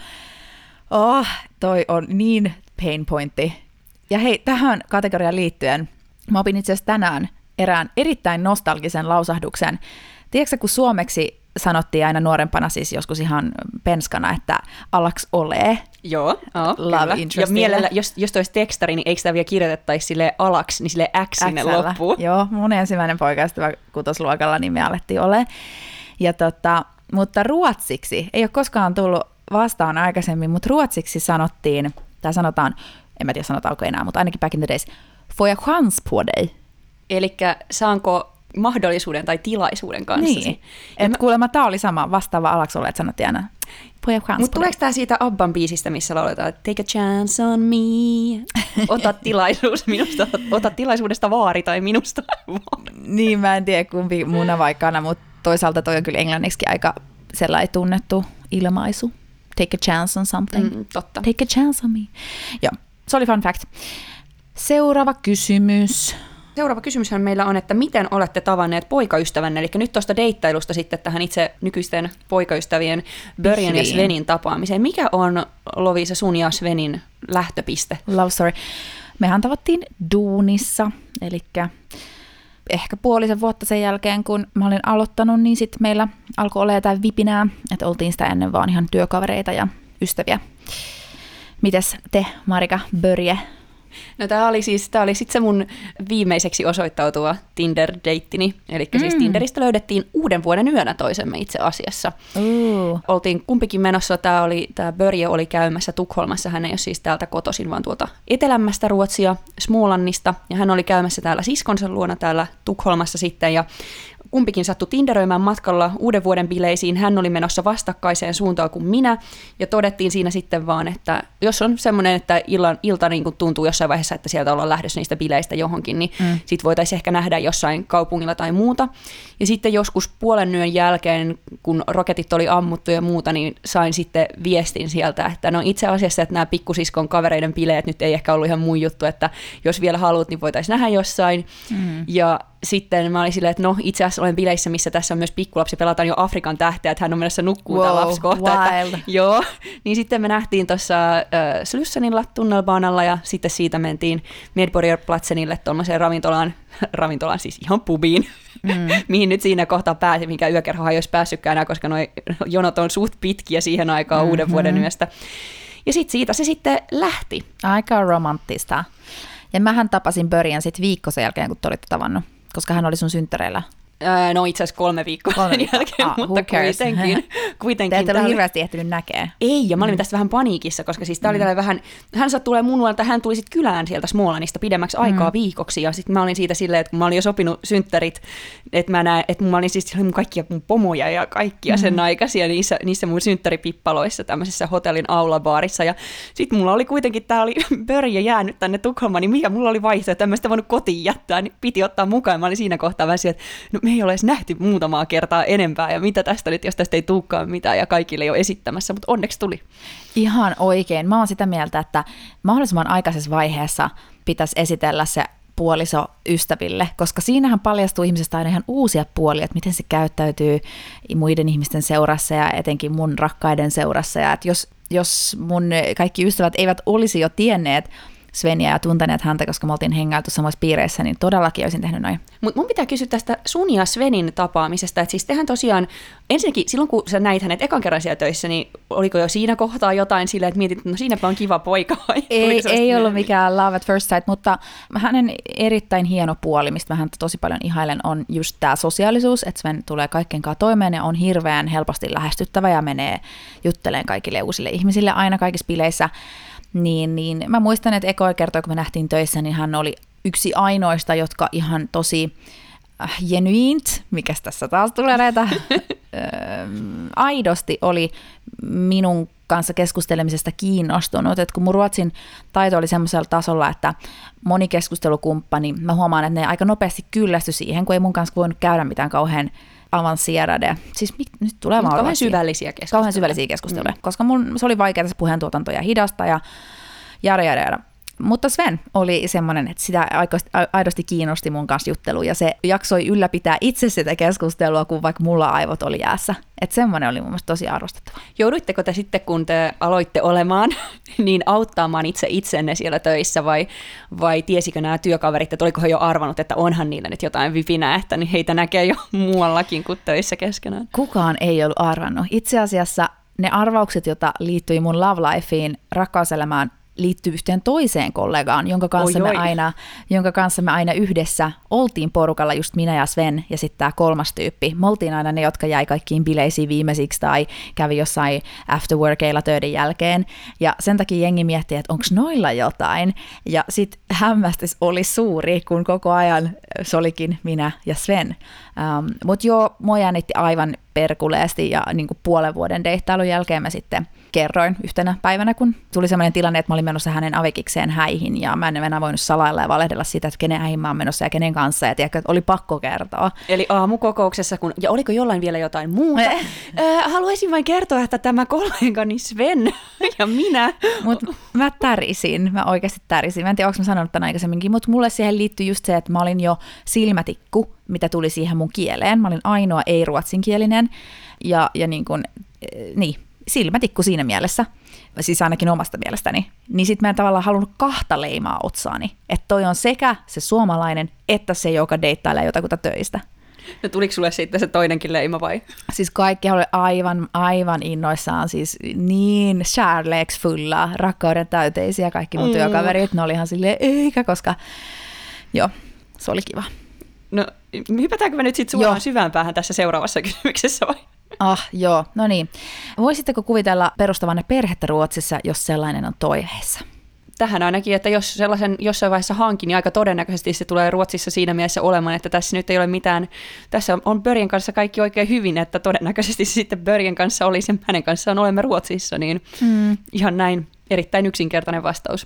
Oh, toi on niin pain pointti. Ja hei, tähän kategoriaan liittyen mä opin itse asiassa tänään erään erittäin nostalgisen lausahduksen. Tiedätkö, kun suomeksi sanottiin aina nuorempana, siis joskus ihan penskana, että alaks olee. Joo, oh, love interest. Ja mielellä, jos, jos toi olisi tekstari, niin eikö sitä vielä kirjoitettaisi sille alaks, niin sille X sinne loppuun? Joo, mun ensimmäinen poikaystävä kutosluokalla niin me alettiin ole. Ja tota, mutta ruotsiksi, ei ole koskaan tullut vastaan aikaisemmin, mutta ruotsiksi sanottiin, tai sanotaan, en mä tiedä sanotaanko enää, mutta ainakin back in the days, får jag chans på dig? Elikkä saanko mahdollisuuden tai tilaisuuden kanssa. Niin, että mä... kuulemma tämä oli sama vastaava alaksi ole, että sanottiin aina. Mutta tuleeko tämä siitä Abban biisistä, missä lauletaan, take a chance on me, ota tilaisuus minusta, ota tilaisuudesta vaari tai minusta vaari. Niin, mä en tiedä kumpi muna vai kana, mutta toisaalta toi on kyllä englanniksi aika sellainen tunnettu ilmaisu. Take a chance on something. Mm, totta. Take a chance on me. Joo, se oli fun fact. Seuraava kysymys. Seuraava kysymyshän meillä on, että miten olette tavanneet poikaystävänne, eli nyt tuosta deittailusta sitten tähän itse nykyisten poikaystävien Börjen ja Svenin tapaamiseen. Mikä on, Lovisa, sun ja Svenin lähtöpiste? Love story. Mehän tavattiin duunissa, eli ehkä puolisen vuotta sen jälkeen, kun mä olin aloittanut, niin sitten meillä alkoi olla jotain vipinää, että oltiin sitä ennen vaan ihan työkavereita ja ystäviä. Mites te, Marika Börje? No tämä oli siis, tämä oli sitten se mun viimeiseksi osoittautuva Tinder-deittini, eli mm. siis Tinderistä löydettiin uuden vuoden yönä toisemme itse asiassa. Uh. Oltiin kumpikin menossa, tämä, oli, tämä Börje oli käymässä Tukholmassa, hän ei ole siis täältä kotoisin, vaan tuolta etelämmästä Ruotsia, Smålandista, ja hän oli käymässä täällä siskonsa luona täällä Tukholmassa sitten, ja kumpikin sattui tinderöimään matkalla uuden vuoden bileisiin. Hän oli menossa vastakkaiseen suuntaan kuin minä, ja todettiin siinä sitten vaan, että jos on semmoinen, että illan, ilta niin kuin tuntuu jossain vaiheessa, että sieltä ollaan lähdössä niistä bileistä johonkin, niin mm. sitten voitaisiin ehkä nähdä jossain kaupungilla tai muuta. Ja sitten joskus puolen yön jälkeen, kun roketit oli ammuttu ja muuta, niin sain sitten viestin sieltä, että no itse asiassa, että nämä pikkusiskon kavereiden bileet nyt ei ehkä ollut ihan mun juttu, että jos vielä haluat, niin voitaisiin nähdä jossain. Mm. Ja sitten mä olin silleen, että no itse asiassa olen bileissä, missä tässä on myös pikkulapsi, pelataan jo Afrikan tähteä, että hän on menossa nukkuu wow, tämä lapsi kohta. Että, joo, niin sitten me nähtiin tuossa äh, Slyssenilla tunnelbaanalla ja sitten siitä mentiin Medborgarplatsenille tuollaiseen ravintolaan, ravintolaan siis ihan pubiin, mm. mihin nyt siinä kohtaa pääsi, mikä yökerhohan ei olisi päässytkään enää, koska noi jonot on suht pitkiä siihen aikaan mm-hmm. uuden vuoden yöstä. Ja sitten siitä se sitten lähti. Aika romanttista. Ja mähän tapasin Börjen sitten viikko sen jälkeen, kun te olitte tavannut, koska hän oli sun synttäreillä. Öö, no itse asiassa kolme viikkoa kolme sen jälkeen, ah, mutta kuitenkin. kuitenkin Te ette ole hirveästi ehtinyt näkee. Ei, ja mä olin mm. tästä vähän paniikissa, koska siis tää oli tällainen vähän, hän saat tulee mun luolta, hän tuli sitten kylään sieltä Smålandista pidemmäksi aikaa mm. viikoksi, ja sitten mä olin siitä silleen, että kun mä olin jo sopinut synttärit, että mä näen, että mä olin siis mun kaikkia mun pomoja ja kaikkia mm. sen aikaisia niissä, niissä mun synttäripippaloissa tämmöisessä hotellin aulabaarissa, ja sitten mulla oli kuitenkin, tää oli Börje jäänyt tänne Tukholmaan, niin mikä mulla oli vaihtoehto, että mä sitä voinut kotiin jättää, niin piti ottaa mukaan, mä olin siinä kohtaa vähän että no me ei ole edes nähty muutamaa kertaa enempää, ja mitä tästä nyt, jos tästä ei tulekaan mitään, ja kaikille ei ole esittämässä, mutta onneksi tuli. Ihan oikein. Mä oon sitä mieltä, että mahdollisimman aikaisessa vaiheessa pitäisi esitellä se puoliso ystäville, koska siinähän paljastuu ihmisestä aina ihan uusia puolia, että miten se käyttäytyy muiden ihmisten seurassa ja etenkin mun rakkaiden seurassa, ja että jos, jos mun kaikki ystävät eivät olisi jo tienneet Sveniä ja tunteneet häntä, koska me oltiin hengailtu samoissa piireissä, niin todellakin olisin tehnyt noin. Mutta mun pitää kysyä tästä sun ja Svenin tapaamisesta, että siis tehän tosiaan, ensinnäkin silloin kun sä näit hänet ekan kerran siellä töissä, niin oliko jo siinä kohtaa jotain silleen, että mietit, että no siinäpä on kiva poika vai? Ei, ei ollut mikään love at first sight, mutta hänen erittäin hieno puoli, mistä mä häntä tosi paljon ihailen, on just tämä sosiaalisuus, että Sven tulee kaikkien kanssa toimeen ja on hirveän helposti lähestyttävä ja menee juttelemaan kaikille uusille ihmisille aina kaikissa bileissä. Niin, niin mä muistan, että ekoi kertoi, kun me nähtiin töissä, niin hän oli yksi ainoista, jotka ihan tosi äh, genuint, mikäs tässä taas tulee näitä, äh, aidosti oli minun kanssa keskustelemisesta kiinnostunut. Et kun mun ruotsin taito oli semmoisella tasolla, että moni keskustelukumppani, mä huomaan, että ne aika nopeasti kyllästy siihen, kun ei mun kanssa voinut käydä mitään kauhean avancerade. Siis mit, nyt tulee vaan kauhean ruotsia. syvällisiä keskusteluja. Kauhean syvällisiä keskusteluja, mm. koska mun, se oli vaikeaa se puheentuotanto ja hidasta ja jada, jada, jada. Mutta Sven oli semmoinen, että sitä aidosti kiinnosti mun kanssa juttelu ja se jaksoi ylläpitää itse sitä keskustelua, kun vaikka mulla aivot oli jäässä. Että semmoinen oli mun mielestä tosi arvostettava. Jouduitteko te sitten, kun te aloitte olemaan, niin auttamaan itse itsenne siellä töissä vai, vai tiesikö nämä työkaverit, että oliko he jo arvannut, että onhan niillä nyt jotain vipinää, että niin heitä näkee jo muuallakin kuin töissä keskenään? Kukaan ei ollut arvannut. Itse asiassa ne arvaukset, joita liittyi mun love lifeen, rakkauselämään, liittyy yhteen toiseen kollegaan, jonka kanssa, oi, me oi. aina, jonka kanssa me aina yhdessä oltiin porukalla, just minä ja Sven ja sitten tämä kolmas tyyppi. Me oltiin aina ne, jotka jäi kaikkiin bileisiin viimeisiksi tai kävi jossain afterworkeilla töiden jälkeen. Ja sen takia jengi miettii, että onko noilla jotain. Ja sitten hämmästys oli suuri, kun koko ajan se olikin minä ja Sven. Um, Mutta joo, mua jännitti aivan perkuleesti ja niin kuin puolen vuoden deittailun jälkeen mä sitten kerroin yhtenä päivänä, kun tuli sellainen tilanne, että mä olin menossa hänen avekikseen häihin ja mä en enää voinut salailla ja valehdella sitä, että kenen häihin mä oon menossa ja kenen kanssa ja tiedätkö, että oli pakko kertoa. Eli aamukokouksessa, kun, ja oliko jollain vielä jotain muuta? äh, haluaisin vain kertoa, että tämä kollegani Sven ja minä. Mutta mä tärisin, mä oikeasti tärisin. Mä en tiedä, onko mä sanonut tämän aikaisemminkin, mutta mulle siihen liittyy just se, että mä olin jo silmätikku, mitä tuli siihen mun kieleen. Mä olin ainoa ei-ruotsinkielinen ja, ja niin kuin, niin, silmätikku siinä mielessä, siis ainakin omasta mielestäni. Niin sit mä en tavallaan halunnut kahta leimaa otsaani. Että toi on sekä se suomalainen, että se, joka deittailee jotakuta töistä. No tuliko sulle sitten se toinenkin leima vai? Siis kaikki oli aivan, aivan innoissaan, siis niin kärleksfulla, rakkauden täyteisiä kaikki mun mm. työkaverit. Ne oli ihan silleen, eikä, koska joo, se oli kiva. No hypätäänkö me nyt sitten suoraan syvään päähän tässä seuraavassa kysymyksessä vai? Ah, joo, no niin. Voisitteko kuvitella perustavanne perhettä Ruotsissa, jos sellainen on toiveissa? Tähän ainakin, että jos sellaisen jossain vaiheessa hankin, niin aika todennäköisesti se tulee Ruotsissa siinä mielessä olemaan, että tässä nyt ei ole mitään, tässä on Börjen kanssa kaikki oikein hyvin, että todennäköisesti sitten Börjen kanssa olisi ja hänen kanssaan olemme Ruotsissa, niin mm. ihan näin erittäin yksinkertainen vastaus.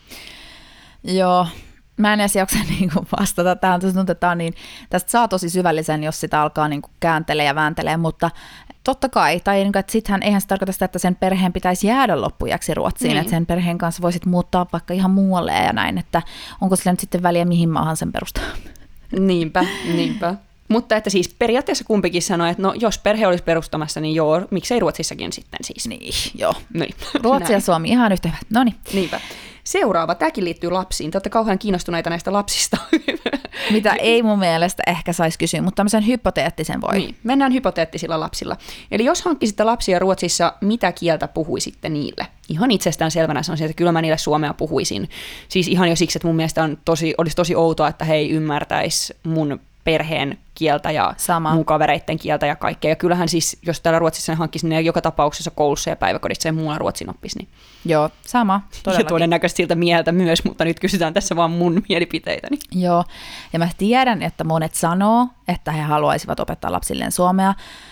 Joo. Mä en edes jaksa niin kuin vastata tähän, tuntuu, niin, tästä saa tosi syvällisen, jos sitä alkaa niin kuin kääntelee ja vääntelee, mutta totta kai, tai niin kuin, että sittenhän eihän se tarkoita sitä, että sen perheen pitäisi jäädä loppujaksi Ruotsiin, niin. Että sen perheen kanssa voisit muuttaa vaikka ihan muualle ja näin, että onko sillä nyt sitten väliä, mihin maahan sen perustaa. Niinpä, niinpä. Mutta että siis periaatteessa kumpikin sanoi, että no jos perhe olisi perustamassa, niin joo, miksei Ruotsissakin sitten siis. Niin, joo. Niin. Ruotsi ja Suomi ihan yhtä hyvät, no niin. Niinpä. Seuraava, tämäkin liittyy lapsiin. Te olette kauhean kiinnostuneita näistä lapsista. Mitä ei mun mielestä ehkä saisi kysyä, mutta tämmöisen hypoteettisen voi. Niin, mennään hypoteettisilla lapsilla. Eli jos hankkisitte lapsia Ruotsissa, mitä kieltä puhuisitte niille? Ihan itsestään selvänä sanoisin, että kyllä mä niille suomea puhuisin. Siis ihan jo siksi, että mun mielestä on tosi, olisi tosi outoa, että he ei ymmärtäisi mun perheen kieltä ja Sama. mun kavereitten kieltä ja kaikkea. Ja kyllähän siis, jos täällä Ruotsissa ne hankkisi, niin joka tapauksessa koulussa ja päiväkodissa ja muualla ruotsin oppisi. Niin. Joo, sama. Todellakin. Ja todennäköisesti siltä mieltä myös, mutta nyt kysytään tässä vaan mun mielipiteitäni. Joo, ja mä tiedän, että monet sanoo, että he haluaisivat opettaa lapsilleen suomea,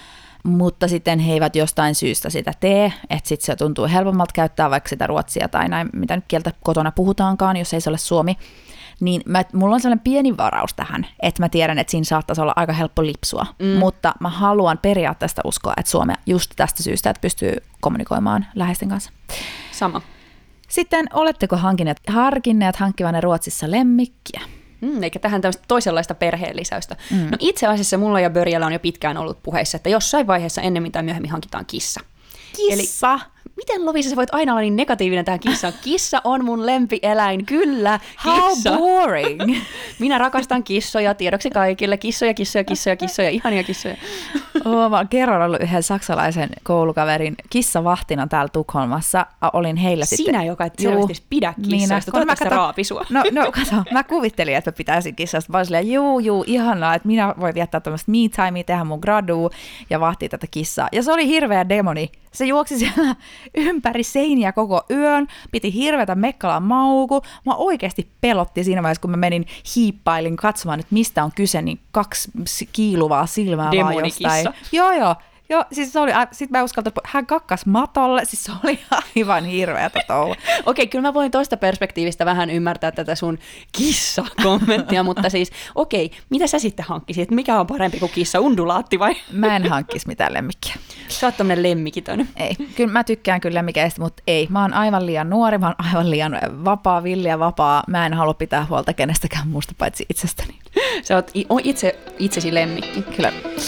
mutta sitten he eivät jostain syystä sitä tee, että sitten se tuntuu helpommalta käyttää vaikka sitä ruotsia tai näin, mitä nyt kieltä kotona puhutaankaan, jos ei se ole suomi. Niin mä, mulla on sellainen pieni varaus tähän, että mä tiedän, että siinä saattaisi olla aika helppo lipsua, mm. mutta mä haluan periaatteesta uskoa, että suomea just tästä syystä, että pystyy kommunikoimaan läheisten kanssa. Sama. Sitten oletteko hankineet, harkinneet hankkivanne Ruotsissa lemmikkiä? Mm, eikä tähän tämmöistä toisenlaista perheen lisäystä. Mm. No itse asiassa mulla ja Börjällä on jo pitkään ollut puheissa, että jossain vaiheessa ennemmin tai myöhemmin hankitaan kissa. Kissa? Eli, miten Lovisa sä voit aina olla niin negatiivinen tähän kissaan? Kissa on mun lempieläin, kyllä. Kissa. How boring. Minä rakastan kissoja, tiedoksi kaikille. Kissoja, kissoja, kissoja, kissoja, ihania kissoja. Oh, mä oon kerran ollut yhden saksalaisen koulukaverin kissavahtina täällä Tukholmassa. Olin heillä Sinä, sitten. Sinä, joka et selvästi pidä kissoista. Toivottavasti kato, raapi sua. No, no kato, mä kuvittelin, että mä pitäisin kissasta. Mä olin silleen, juu, juu, ihanaa, että minä voin viettää tämmöistä me-timea, tehdä mun gradua ja vahtia tätä kissaa. Ja se oli hirveä demoni. Se juoksi siellä ympäri seiniä koko yön, piti hirveätä mekkalaan mauku. Mä oikeasti pelotti siinä vaiheessa, kun mä menin hiippailin katsomaan, että mistä on kyse, niin kaksi kiiluvaa silmää vaan jostain. Joo, joo. Joo, siis se oli, sitten mä uskaltan, hän kakkas matolle, siis se oli aivan hirveätä touhua. Okei, kyllä mä voin toista perspektiivistä vähän ymmärtää tätä sun kissa-kommenttia, mutta siis okei, mitä sä sitten hankkisit? Mikä on parempi kuin kissa, undulaatti vai? Mä en hankkisi mitään lemmikkiä. Sä oot tommonen lemmikitön. Ei, kyllä mä tykkään kyllä lemmikeistä, mutta ei. Mä oon aivan liian nuori, mä oon aivan liian vapaa, villiä vapaa. Mä en halua pitää huolta kenestäkään muusta paitsi itsestäni. Sä oot itse, itsesi lemmikki. Kyllä.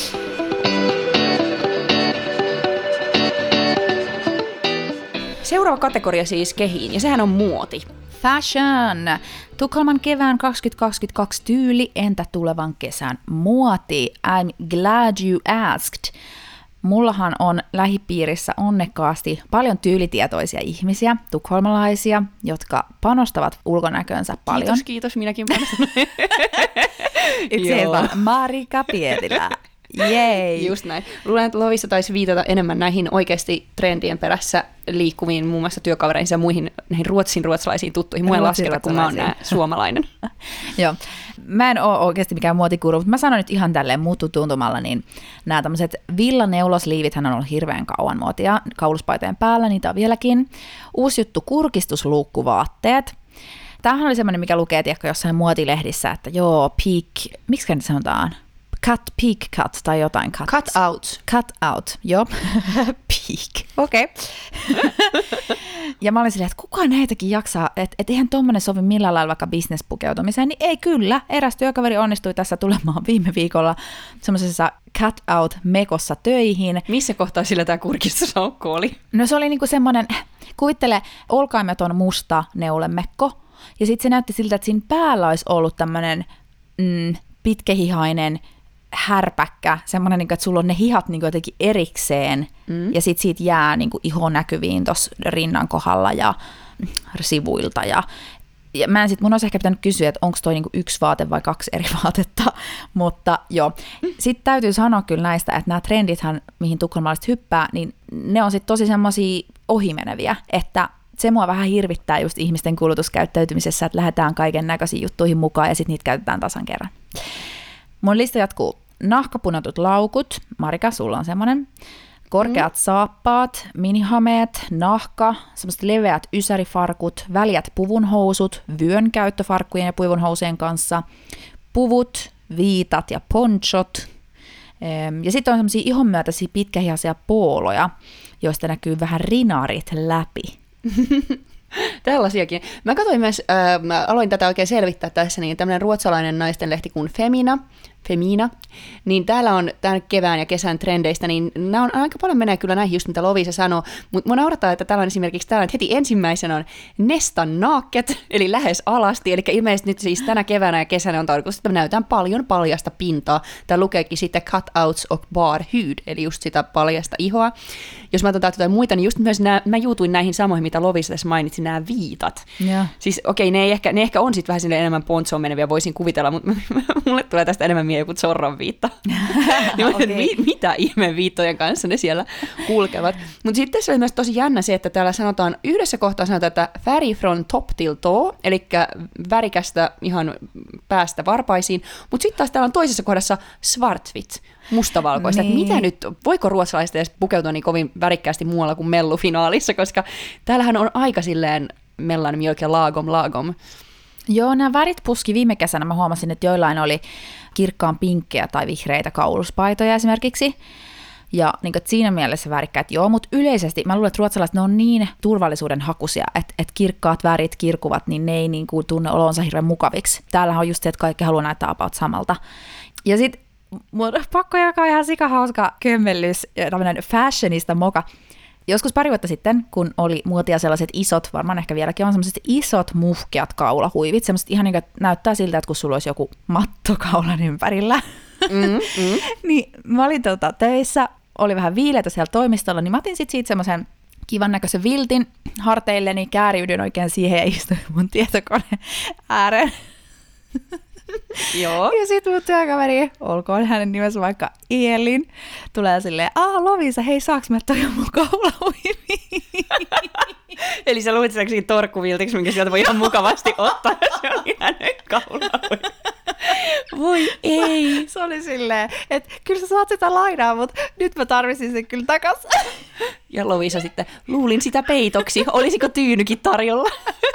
Seuraava kategoria siis kehiin, ja sehän on muoti. Fashion. Tukholman kevään kaksituhattakaksikymmentäkaksi tyyli, entä tulevan kesän muoti? I'm glad you asked. Mullahan on lähipiirissä onnekkaasti paljon tyylitietoisia ihmisiä, tukholmalaisia, jotka panostavat ulkonäkönsä paljon. Kiitos, kiitos, minäkin panostan. Itse Marika Pietilä. Jei. Just näin. Luulen, että Lovisa taisi viitata enemmän näihin oikeasti trendien perässä liikkuviin muun muassa työkavereihin ja muihin näihin ruotsin ruotsalaisiin tuttuihin. Mua ei lasketa, kun mä oon nää suomalainen. Joo. Mä en ole oikeasti mikään muotikuru, mutta mä sanon nyt ihan tälleen mututuntumalla, niin nämä tämmöiset villaneulosliivithän on ollut hirveän kauan muotia kauluspaitojen päällä, niitä on vieläkin. Uusi juttu, kurkistusluukkuvaatteet. Tämähän oli semmoinen, mikä lukee tiedätkö, jossain muotilehdissä, että joo, peak, miksi nyt sanotaan? Cut, peak cut tai jotain cut. Cut out. Cut out, joo. Peak, okei. Okay. Ja mä olin silleen, että kukaan näitäkin jaksaa, että et eihän tommonen sovi millään lailla vaikka business-pukeutumiseen, niin ei kyllä. Eräs työkaveri onnistui tässä tulemaan viime viikolla semmoisessa cut out mekossa töihin. Missä kohtaa sillä tämä kurkistusaukko oli? No se oli niinku semmoinen, kuvittele olkaimeton musta neulemekko, ja sitten se näytti siltä, että siinä päällä olisi ollut tämmöinen mm, pitkähihainen härpäkkä, semmoinen, että sulla on ne hihat niin jotenkin erikseen, mm. ja sitten siitä jää niin iho näkyviin tuossa rinnan kohdalla ja sivuilta. Ja, ja mä en sit, mun olisi ehkä pitänyt kysyä, että onko toi niin yksi vaate vai kaksi eri vaatetta, mutta joo. Sitten täytyy sanoa kyllä näistä, että nämä trendithän, mihin tukholmalaiset hyppää, niin ne on sitten tosi semmoisia ohimeneviä, että se mua vähän hirvittää just ihmisten kulutuskäyttäytymisessä, että lähdetään kaiken näköisiin juttuihin mukaan ja sitten niitä käytetään tasan kerran. Mun lista jatkuu. Nahkapunotut laukut. Marika, sulla on semmoinen. Korkeat mm. saappaat, minihameet, nahka, semmoiset leveät ysärifarkut, väljät puvunhousut, vyön käyttöfarkkujen ja puvunhousujen kanssa, puvut, viitat ja ponchot. Ja sitten on semmoisia ihonmyötäisiä pitkähihaisia pooloja, joista näkyy vähän rinarit läpi. Tällaisiakin. Mä katsoin myös, äh, mä aloin tätä oikein selvittää tässä, niin tämmöinen ruotsalainen naistenlehti kuin Femina, Femina, niin täällä on tämän kevään ja kesän trendeistä, niin nämä on aika paljon menee kyllä näihin just mitä Lovisa sanoo, mutta mua naurattaa, että täällä on esimerkiksi täällä heti ensimmäisenä on Nestan naakket, eli lähes alasti, eli ilmeisesti nyt siis tänä keväänä ja kesänä on tarkoitus, että me näytään paljon paljasta pintaa. Tää lukeekin sitten cutouts of bar hud, eli just sitä paljasta ihoa. Jos mä otan jotain muita, niin just myös nää, mä juutuin näihin samoihin, mitä Lovisa tässä mainitsi, nämä viitat. Yeah. Siis okei, okay, ne, ehkä, ne ehkä on sitten vähän sinne enemmän ponchoon meneviä, voisin kuvitella, mutta mulle tulee tästä enemmän mieleen joku Zorron viitta. niin okay. mi, mitä ihmeen viittojen kanssa ne siellä kulkevat. Mutta sitten tässä oli myös tosi jännä se, että täällä sanotaan, yhdessä kohtaa sanotaan, että färg from top till toe, eli värikästä ihan päästä varpaisiin, mutta sitten taas täällä on toisessa kohdassa svartvit, mustavalkoista. Niin. Mitä nyt, voiko ruotsalaiset edes pukeutua niin kovin värikkäästi muualla kuin mellufinaalissa, koska täällähän on aika silleen mellan mjölk lagom lagom. Joo, nämä värit puski viime kesänä. Mä huomasin, että joillain oli kirkkaan pinkkejä tai vihreitä kauluspaitoja esimerkiksi. Ja niin kuin, siinä mielessä värikkäät, joo, mutta yleisesti mä luulen, että ruotsalaiset ne on niin turvallisuuden hakuisia, että, että kirkkaat värit kirkuvat, niin ne ei niin kuin, tunne olonsa hirveän mukaviksi. Täällähän on just se, että kaikki haluaa näyttää about samalta. Ja sitten mun pakko jakaa ihan sikahauska kömmellys, tämmöinen fashionista moka. Joskus pari vuotta sitten, kun oli muotia sellaiset isot, varmaan ehkä vieläkin on sellaiset isot muhkeat kaulahuivit, sellaiset ihan niin kuin näyttää siltä, että kun sulla olisi joku matto kaulan ympärillä. Mm, mm. Niin mä olin tuota, töissä, oli vähän viileitä siellä toimistolla, niin mä otin sitten siitä semmoisen kivan näköisen viltin harteilleni, kääriydyn oikein siihen ja istuin mun tietokoneen ääreen. Joo. Ja sit mun työkaveri, olkoon hänen nimensä vaikka Ielin, tulee silleen, aah Lovisa, hei saaks mä toi mun kaulahuivi? Eli sä luulit sitä torkkuviltiksi, minkä sieltä voi ihan mukavasti ottaa, se on hänen kaulahuivi. Voi ei. Se oli silleen, että kyllä sä saat sitä lainaa, mutta nyt mä tarvitsin sen kyllä takaisin. Ja Lovisa sitten, luulin sitä peitoksi, olisiko tyynykin tarjolla?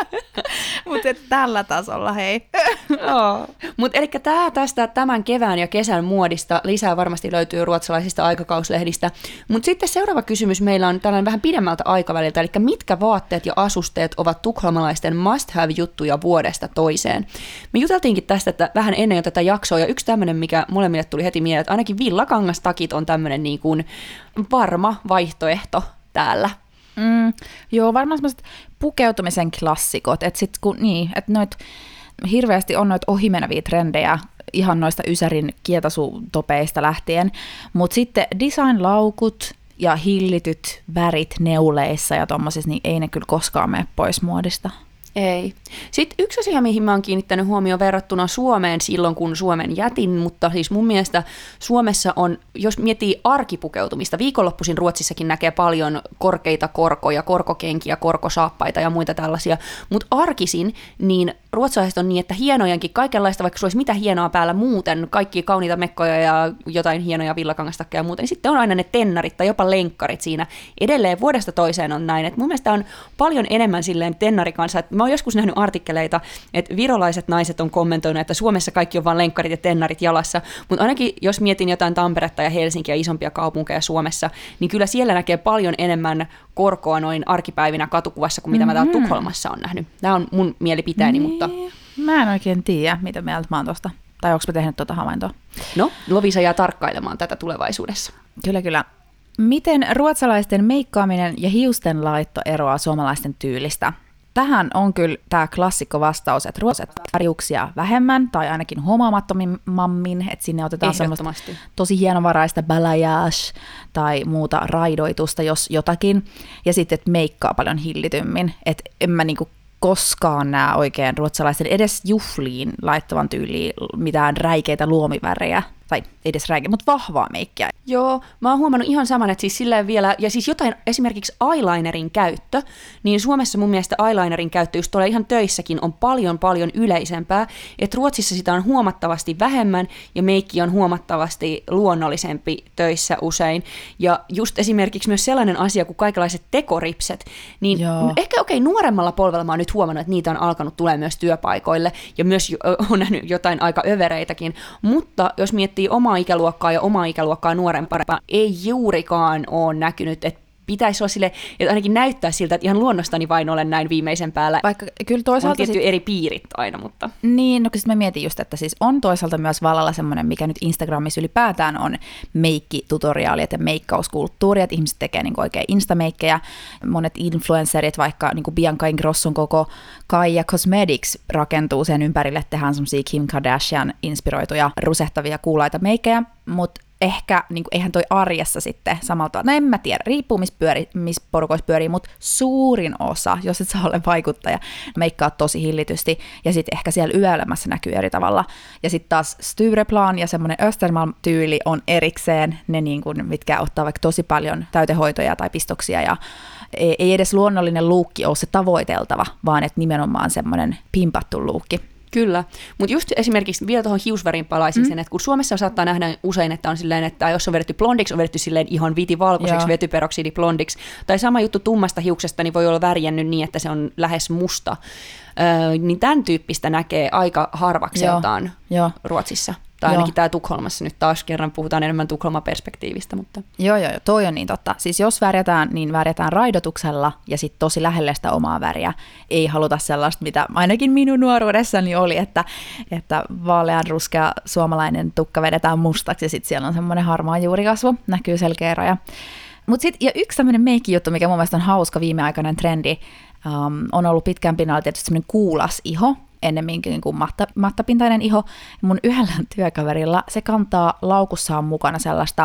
Mutta tällä tasolla, hei. Oh. Mutta eli tämä tästä tämän kevään ja kesän muodista, lisää varmasti löytyy ruotsalaisista aikakauslehdistä. Mutta sitten seuraava kysymys meillä on tällainen vähän pidemmältä aikaväliltä, eli mitkä vaatteet ja asusteet ovat tukholmalaisten must-have-juttuja vuodesta toiseen? Me juteltiinkin tästä että vähän ennen jo tätä jaksoa, ja yksi tämmöinen, mikä molemmille tuli heti mieleen, että ainakin villakangastakit on tämmöinen niin kuin varma vaihtoehto täällä. Mm, joo, varmaan semmoiset pukeutumisen klassikot, että sit kun niin, että noit hirveästi on noita ohimeneviä trendejä ihan noista Ysärin kietasutopeista lähtien, mutta sitten design-laukut ja hillityt värit neuleissa ja tommosissa, niin ei ne kyllä koskaan mene pois muodista. Ei. Sitten yksi asia, mihin mä oon kiinnittänyt huomioon verrattuna Suomeen silloin, kun Suomen jätin, mutta siis mun mielestä Suomessa on, jos miettii arkipukeutumista, viikonloppuisin Ruotsissakin näkee paljon korkeita korkoja, korkokenkiä, korkosaappaita ja muita tällaisia, mutta arkisin, niin ruotsalaiset on niin, että hienojenkin, kaikenlaista, vaikka sulla olisi mitä hienoa päällä muuten, kaikki kauniita mekkoja ja jotain hienoja villakangastakkeja ja muuten, niin sitten on aina ne tennarit tai jopa lenkkarit siinä. Edelleen vuodesta toiseen on näin, että mun mielestä on paljon enemmän silleen tennarikansa, että mä oon joskus nähnyt artikkeleita, että virolaiset naiset on kommentoinut, että Suomessa kaikki on vaan lenkkarit ja tennarit jalassa, mutta ainakin jos mietin jotain Tamperetta ja Helsinkiä, isompia kaupunkeja Suomessa, niin kyllä siellä näkee paljon enemmän korkoa noin arkipäivinä katukuvassa kuin mitä mm-hmm. mä täällä Tukholmassa on nähnyt. Tämä on mun mielipiteeni, niin. mutta... Mä en oikein tiedä, mitä mieltä mä oon tosta. Tai onko mä tehnyt tuota havaintoa? No, Lovisa jää tarkkailemaan tätä tulevaisuudessa. Kyllä, kyllä. Miten ruotsalaisten meikkaaminen ja hiusten laitto eroaa suomalaisten tyylistä? Tähän on kyllä tämä klassikko vastaus, että ruotsalaiset tarjuksia vähemmän tai ainakin huomaamattomammin, että sinne otetaan semmoista tosi hienovaraista balayage tai muuta raidoitusta, jos jotakin. Ja sitten, että meikkaa paljon hillitymmin, että en mä niinku koskaan näe oikein ruotsalaisten edes juhliin laittavan tyyliin mitään räikeitä luomivärejä, tai edes räikeä, mutta vahvaa meikkiä. Joo, mä oon huomannut ihan saman, että siis silleen vielä, ja siis jotain esimerkiksi eyelinerin käyttö, niin Suomessa mun mielestä eyelinerin käyttö just tuolla ihan töissäkin on paljon paljon yleisempää, että Ruotsissa sitä on huomattavasti vähemmän, ja meikki on huomattavasti luonnollisempi töissä usein, ja just esimerkiksi myös sellainen asia kuin kaikenlaiset tekoripset, niin Joo. ehkä okei, okay, nuoremmalla polvella mä oon nyt huomannut, että niitä on alkanut tulee myös työpaikoille, ja myös on nähnyt jotain aika övereitäkin, mutta jos miettii omaa ikäluokkaa ja omaa ikäluokkaa nuorempaa, ei juurikaan ole näkynyt, että pitäisi olla sille, että ainakin näyttää siltä, että ihan luonnostani vain olen näin viimeisen päällä. Vaikka kyllä toisaalta on tietty sit... eri piirit aina, mutta... Niin, no kun mä mietin just, että siis on toisaalta myös vallalla semmoinen, mikä nyt Instagramissa ylipäätään on meikkitutoriaalit ja meikkauskulttuuri, että ihmiset tekee niin oikein instameikkejä. Monet influencerit, vaikka niin kuin Bianca Ingrosson koko Kaija Cosmetics rakentuu sen ympärille, että tehdään semmoisia Kim Kardashian inspiroituja rusehtavia kuulaita meikkejä, mutta ehkä, niin kuin, eihän toi arjessa sitten samalta, no en mä tiedä, riippuu missä, pyöri, missä porukoissa pyörii, mutta suurin osa, jos et saa ole vaikuttaja, meikkaa tosi hillitysti, ja sitten ehkä siellä yöelämässä näkyy eri tavalla. Ja sitten taas Stureplan ja semmoinen Östermalm-tyyli on erikseen, ne niin kuin, mitkä ottaa vaikka tosi paljon täytehoitoja tai pistoksia, ja ei, ei edes luonnollinen luukki ole se tavoiteltava, vaan että nimenomaan semmoinen pimpattu luukki. Kyllä, mutta just esimerkiksi vielä tuohon hiusvärin palaisin mm. sen, että kun Suomessa saattaa nähdä usein, että on silleen, että jos on vedetty blondiksi, on vedetty silleen ihan vitivalkoiseksi, vetyperoksidiblondiksi, tai sama juttu tummasta hiuksesta, niin voi olla värjännyt niin, että se on lähes musta, öö, niin tämän tyyppistä näkee aika harvakseltaan Joo. Ruotsissa. Tai ainakin joo. Tämä Tukholmassa nyt taas kerran puhutaan enemmän Tukholma-perspektiivistä. Mutta... Joo, joo, toi on niin totta. Siis jos värjätään, niin värjätään raidotuksella ja sitten tosi lähelle sitä omaa väriä. Ei haluta sellaista, mitä ainakin minun nuoruudessani oli, että, että vaaleanruskea suomalainen tukka vedetään mustaksi ja sitten siellä on semmoinen harmaa juurikasvu, näkyy selkeä raja. Mut sit, ja yksi tämmöinen meikkijuttu, mikä mun mielestä on hauska viimeaikainen trendi, um, on ollut pitkän pinnalla tietysti semmoinen kuulas iho, ennemminkin kuin matta, mattapintainen iho. Mun yhdellä työkaverilla se kantaa laukussaan mukana sellaista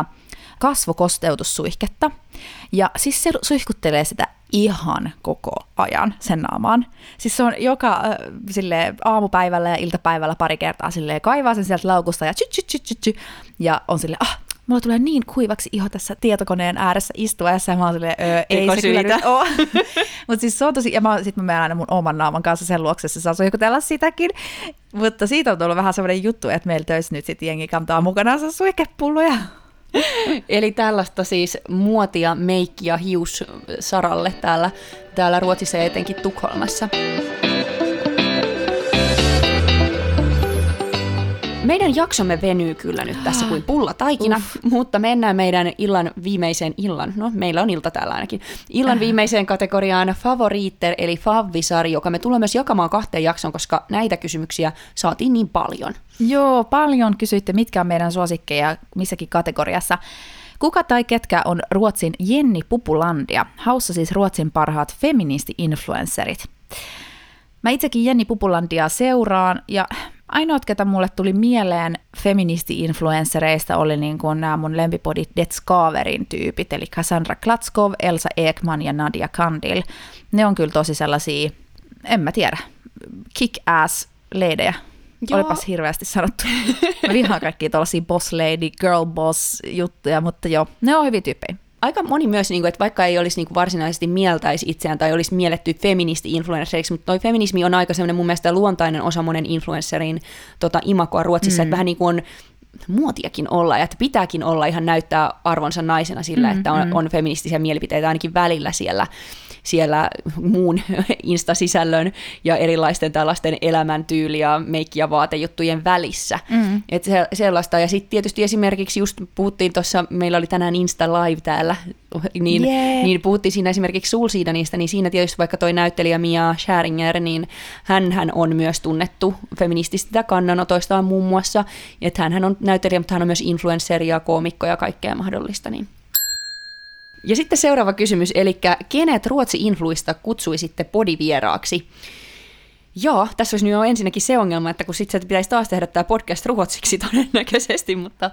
kasvokosteutussuihketta. Ja siis se suihkuttelee sitä ihan koko ajan sen naamaan. Siis se on joka äh, silleen, aamupäivällä ja iltapäivällä pari kertaa silleen, kaivaa sen sieltä laukusta ja tsyt, tsyt, tsyt, tsyt, ja on silleen, ah, mulla tulee niin kuivaksi iho tässä tietokoneen ääressä istuessa, ja mä oon silleen, öö, ei se kyllä nyt ole. Mutta siis se on tosi, ja mä, sit mä menen aina mun oman naaman kanssa sen luokse, se saa suihkutella sitäkin. Mutta siitä on tullut vähän sellainen juttu, että meillä töissä nyt sit jengi kantaa mukanaan suihkepulloja. Eli tällaista siis muotia, meikkiä, hius saralle täällä, täällä Ruotsissa ja etenkin Tukholmassa. Meidän jaksomme venyy kyllä nyt tässä kuin pullataikina, Uff. mutta mennään meidän illan viimeiseen illan, no meillä on ilta täällä ainakin, illan viimeiseen kategoriaan Favoriter eli Favvisari, joka me tulemme myös jakamaan kahteen jakson, koska näitä kysymyksiä saatiin niin paljon. Joo, paljon kysyitte, mitkä on meidän suosikkeja missäkin kategoriassa. Kuka tai ketkä on Ruotsin Jenni Pupulandia? Haussa siis Ruotsin parhaat feministi-influencerit. Mä itsekin Jenni Pupulandia seuraan ja ainoat, ketä mulle tuli mieleen feministi-influenssereista oli niin kuin nämä mun lempipodit Det Skaverin tyypit, eli Cassandra Klatskov, Elsa Ekman ja Nadia Kandil. Ne on kyllä tosi sellaisia, en mä tiedä, kick-ass-leidejä. Joo. Olipas hirveästi sanottu. Mä vihaan kaikkia tuollaisia boss lady, girl boss juttuja, mutta joo, ne on hyviä tyyppejä. Aika moni myös, että vaikka ei olisi varsinaisesti mieltäisi itseään tai olisi mielletty feministi-influenceriksi, mutta toi feminismi on aika semmoinen mun mielestä luontainen osa monen influencerin tota, imagoa Ruotsissa, mm. että vähän niin kuin on muotiakin olla ja että pitääkin olla ihan näyttää arvonsa naisena sillä, mm, että on, mm. on feministisiä mielipiteitä ainakin välillä siellä, siellä muun Insta-sisällön ja erilaisten tällaisten elämäntyyli- ja meikki- ja vaatejuttujen välissä. Mm. Et se, sellaista. Ja sitten tietysti esimerkiksi just puhuttiin tuossa, meillä oli tänään Insta Live täällä, niin, yeah. niin puhuttiin siinä esimerkiksi Solsidanista, niin siinä tietysti vaikka toi näyttelijä Mia Skäringer, niin hänhän on myös tunnettu feminististä kannanotoistaan muun muassa, että hänhän on näyttelijä, mutta hän on myös influensseri ja koomikko ja kaikkea mahdollista. Niin. Ja sitten seuraava kysymys, eli kenet Ruotsi-influista kutsuisitte podivieraaksi? Joo, tässä olisi nyt jo ensinnäkin se ongelma, että kun sitten pitäisi taas tehdä tämä podcast ruotsiksi todennäköisesti, mutta...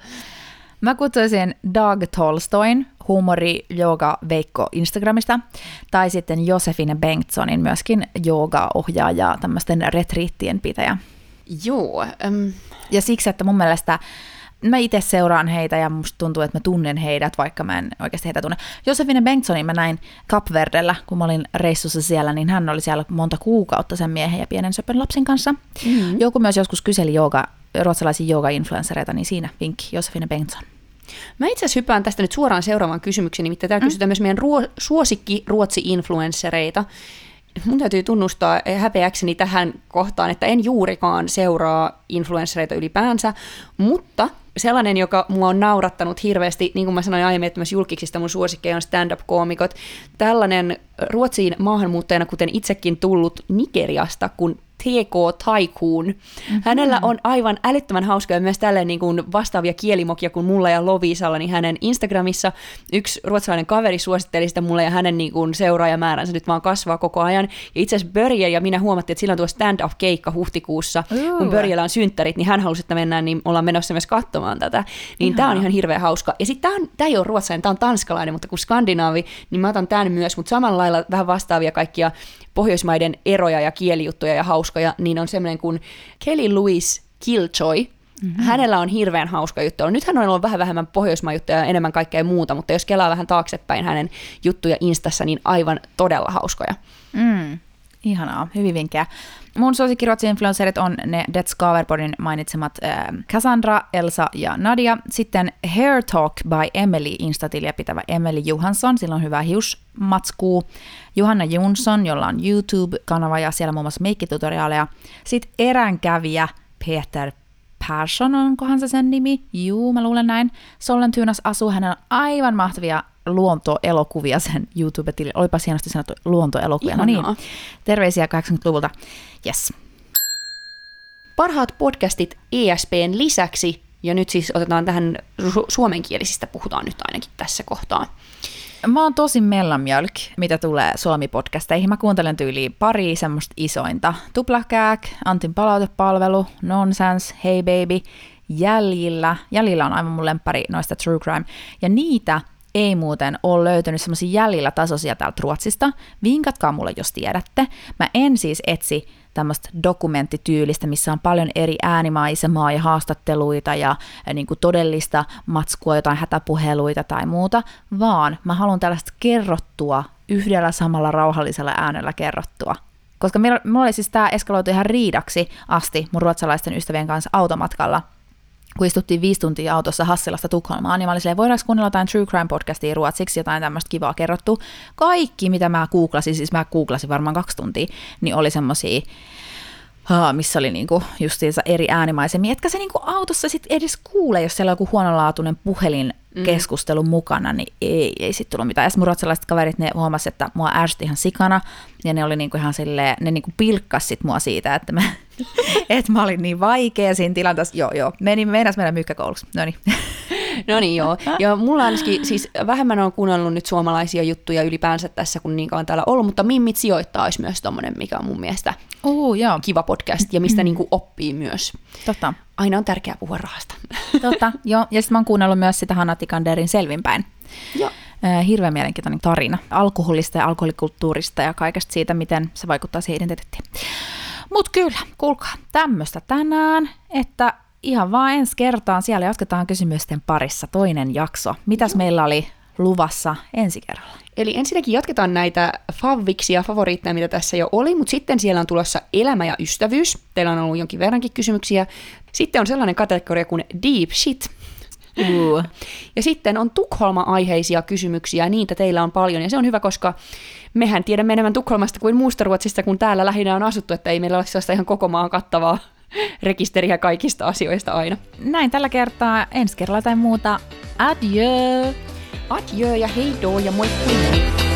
Mä kutsuisin Dag Tolstoin, huumori jooga Veikko Instagramista, tai sitten Josefine Bengtssonin, myöskin jooga-ohjaaja, tämmöisten retriittien pitäjä. Joo. Um... Ja siksi, että mun mielestä mä itse seuraan heitä ja musta tuntuu, että mä tunnen heidät, vaikka mä en oikeasti heitä tunne. Josefine Bengtssonin mä näin Kapverdellä, kun mä olin reissussa siellä, niin hän oli siellä monta kuukautta sen miehen ja pienen söpön lapsen kanssa. Mm-hmm. Joku myös joskus kyseli jooga, ruotsalaisia jooga-influenssereita, niin siinä vinkki Josefine Bengtsson. Mä itse asiassa hypään tästä nyt suoraan seuraavaan kysymykseen, nimittäin täällä mm. kysytään myös meidän ruo- suosikki Ruotsi-influenssereita. Mun täytyy tunnustaa häpeäkseni tähän kohtaan, että en juurikaan seuraa influenssereita ylipäänsä, mutta sellainen, joka mua on naurattanut hirveästi, niin kuin mä sanoin aiemmin, että myös julkiksista mun suosikkeja on stand-up-koomikot. Tällainen Ruotsiin maahanmuuttajana, kuten itsekin tullut Nigeriasta, kun T K Tycoon. Mm-hmm. Hänellä on aivan älyttömän hauska ja myös tällainen niin kuin vastaavia kielimokia kuin mulla ja Lovisalla, niin hänen Instagramissa yksi ruotsalainen kaveri suositteli sitä mulle ja hänen niin kuin seuraajamääränsä nyt vaan kasvaa koko ajan. Ja itse asiassa Börje ja minä huomattiin, että sillä on tuo stand-up-keikka huhtikuussa, uh. kun Börjellä on synttärit, niin hän halusi, että mennään, niin ollaan menossa myös katsomaan tätä. Niin tämä on ihan hirveän hauska. Ja sitten tämä ei ole ruotsalainen, tämä on tanskalainen, mutta kun skandinaavi, niin mä otan tämän myös, mutta samalla lailla vähän vastaavia kaikkia Pohjoismaiden eroja ja kielijuttuja ja hauskoja, niin on semmoinen kuin Kelly Louise Killjoy. Mm-hmm. Hänellä on hirveän hauska juttu. Nyt hän on ollut vähän vähemmän Pohjoismaan juttuja ja enemmän kaikkea muuta, mutta jos kelaa vähän taaksepäin hänen juttuja Instassa, niin aivan todella hauskoja. Mm. Ihanaa, hyvin vinkkejä. Mun suosikki Ruotsi-influencerit on ne Det Skaverpodin mainitsemat äh, Cassandra, Elsa ja Nadia. Sitten Hair Talk by Emily Instatiliä pitävä Emily Johansson, sillä on hyvä hiusmatskuu. Johanna Jonsson, jolla on YouTube-kanava ja siellä muun muassa meikkitutoriaaleja. Sitten eränkävijä Peter Persson, onkohan se sen nimi? Juu, mä luulen näin. Sollentyynas asuu, hänellä on aivan mahtavia luontoelokuvia sen YouTube-tili. Olipas hienosti sanottu luontoelokuvia. No niin, terveisiä kahdeksankymmentäluvulta. Yes. Parhaat podcastit E S P:n lisäksi, ja nyt siis otetaan tähän su- suomenkielisistä, puhutaan nyt ainakin tässä kohtaa. Mä oon tosi mellanmjölk, mitä tulee Suomi-podcasteihin. Mä kuuntelen tyyliin pari semmoista isointa. Tuplakääk, Antin palautepalvelu, Nonsense, Hey Baby, Jäljillä. Jäljillä on aivan mun lemppari noista True Crime. Ja niitä ei muuten ole löytynyt semmoisia jäljillä tasoisia täältä Ruotsista. Vinkatkaa mulle, jos tiedätte. Mä en siis etsi tämmöistä dokumenttityylistä, missä on paljon eri äänimaisemaa ja haastatteluita ja, ja niin kuin todellista matskua, jotain hätäpuheluita tai muuta, vaan mä haluan tällaista kerrottua, yhdellä samalla rauhallisella äänellä kerrottua. Koska mulla oli siis tää eskaloitu ihan riidaksi asti mun ruotsalaisten ystävien kanssa automatkalla, kun istuttiin viisi tuntia autossa Hassilasta Tukholmaan, niin mä olin silleen, voidaanko kuunnella jotain True Crime-podcastia ruotsiksi, jotain tämmöistä kivaa kerrottu. Kaikki, mitä mä googlasin, siis mä googlasin varmaan kaksi tuntia, niin oli semmosia, missä oli niinku justiinsa eri äänimaisemmin, etkä se niinku autossa sit edes kuule, jos siellä on joku huonolaatuinen puhelin keskustelu mm. mukana, niin ei, ei sit tullut mitään. Ja mun ruotsalaiset kaverit, ne huomasi, että mua ärsytti ihan sikana, ja ne oli niinku ihan silleen, ne niinku pilkkas sit mua siitä, että mä, et mä olin niin vaikea siinä tilanteessa. Joo, joo, meni, meinas mennä mykkäkouluksi. Noniin. No niin, joo. Ja mulla ainakin, siis vähemmän on kuunnellut nyt suomalaisia juttuja ylipäänsä tässä, kun niin kauan täällä ollut, mutta Mimmit sijoittaa olisi myös tommonen, mikä on mun mielestä uh, joo. kiva podcast, ja mistä niinku oppii myös. Totta. Aina on tärkeää puhua rahasta. Totta, joo. Ja sitten mä oon kuunnellut myös sitä Hanna Tikanderin Selvinpäin. Joo. Hirveän mielenkiintoinen tarina alkoholista ja alkoholikulttuurista ja kaikesta siitä, miten se vaikuttaa siihen identiteettiin. Mut kyllä, kuulkaa, tämmöistä tänään, että ihan vaan ensi kertaan siellä jatketaan kysymysten parissa toinen jakso. Mitäs Joo. meillä oli luvassa ensi kerralla? Eli ensinnäkin jatketaan näitä favviksia, favoriitteja, mitä tässä jo oli, mutta sitten siellä on tulossa elämä ja ystävyys. Teillä on ollut jonkin verrankin kysymyksiä. Sitten on sellainen kategoria kuin deep shit. Uh. Ja sitten on Tukholma-aiheisia kysymyksiä, niitä teillä on paljon, ja se on hyvä, koska mehän tiedämme enemmän Tukholmasta kuin muusta Ruotsista, kun täällä lähinnä on asuttu, että ei meillä ole sellaista ihan koko maan kattavaa rekisteriä kaikista asioista aina. Näin tällä kertaa, ensi kerralla tai muuta. Adieu! Adieu ja heidoo ja moi moi!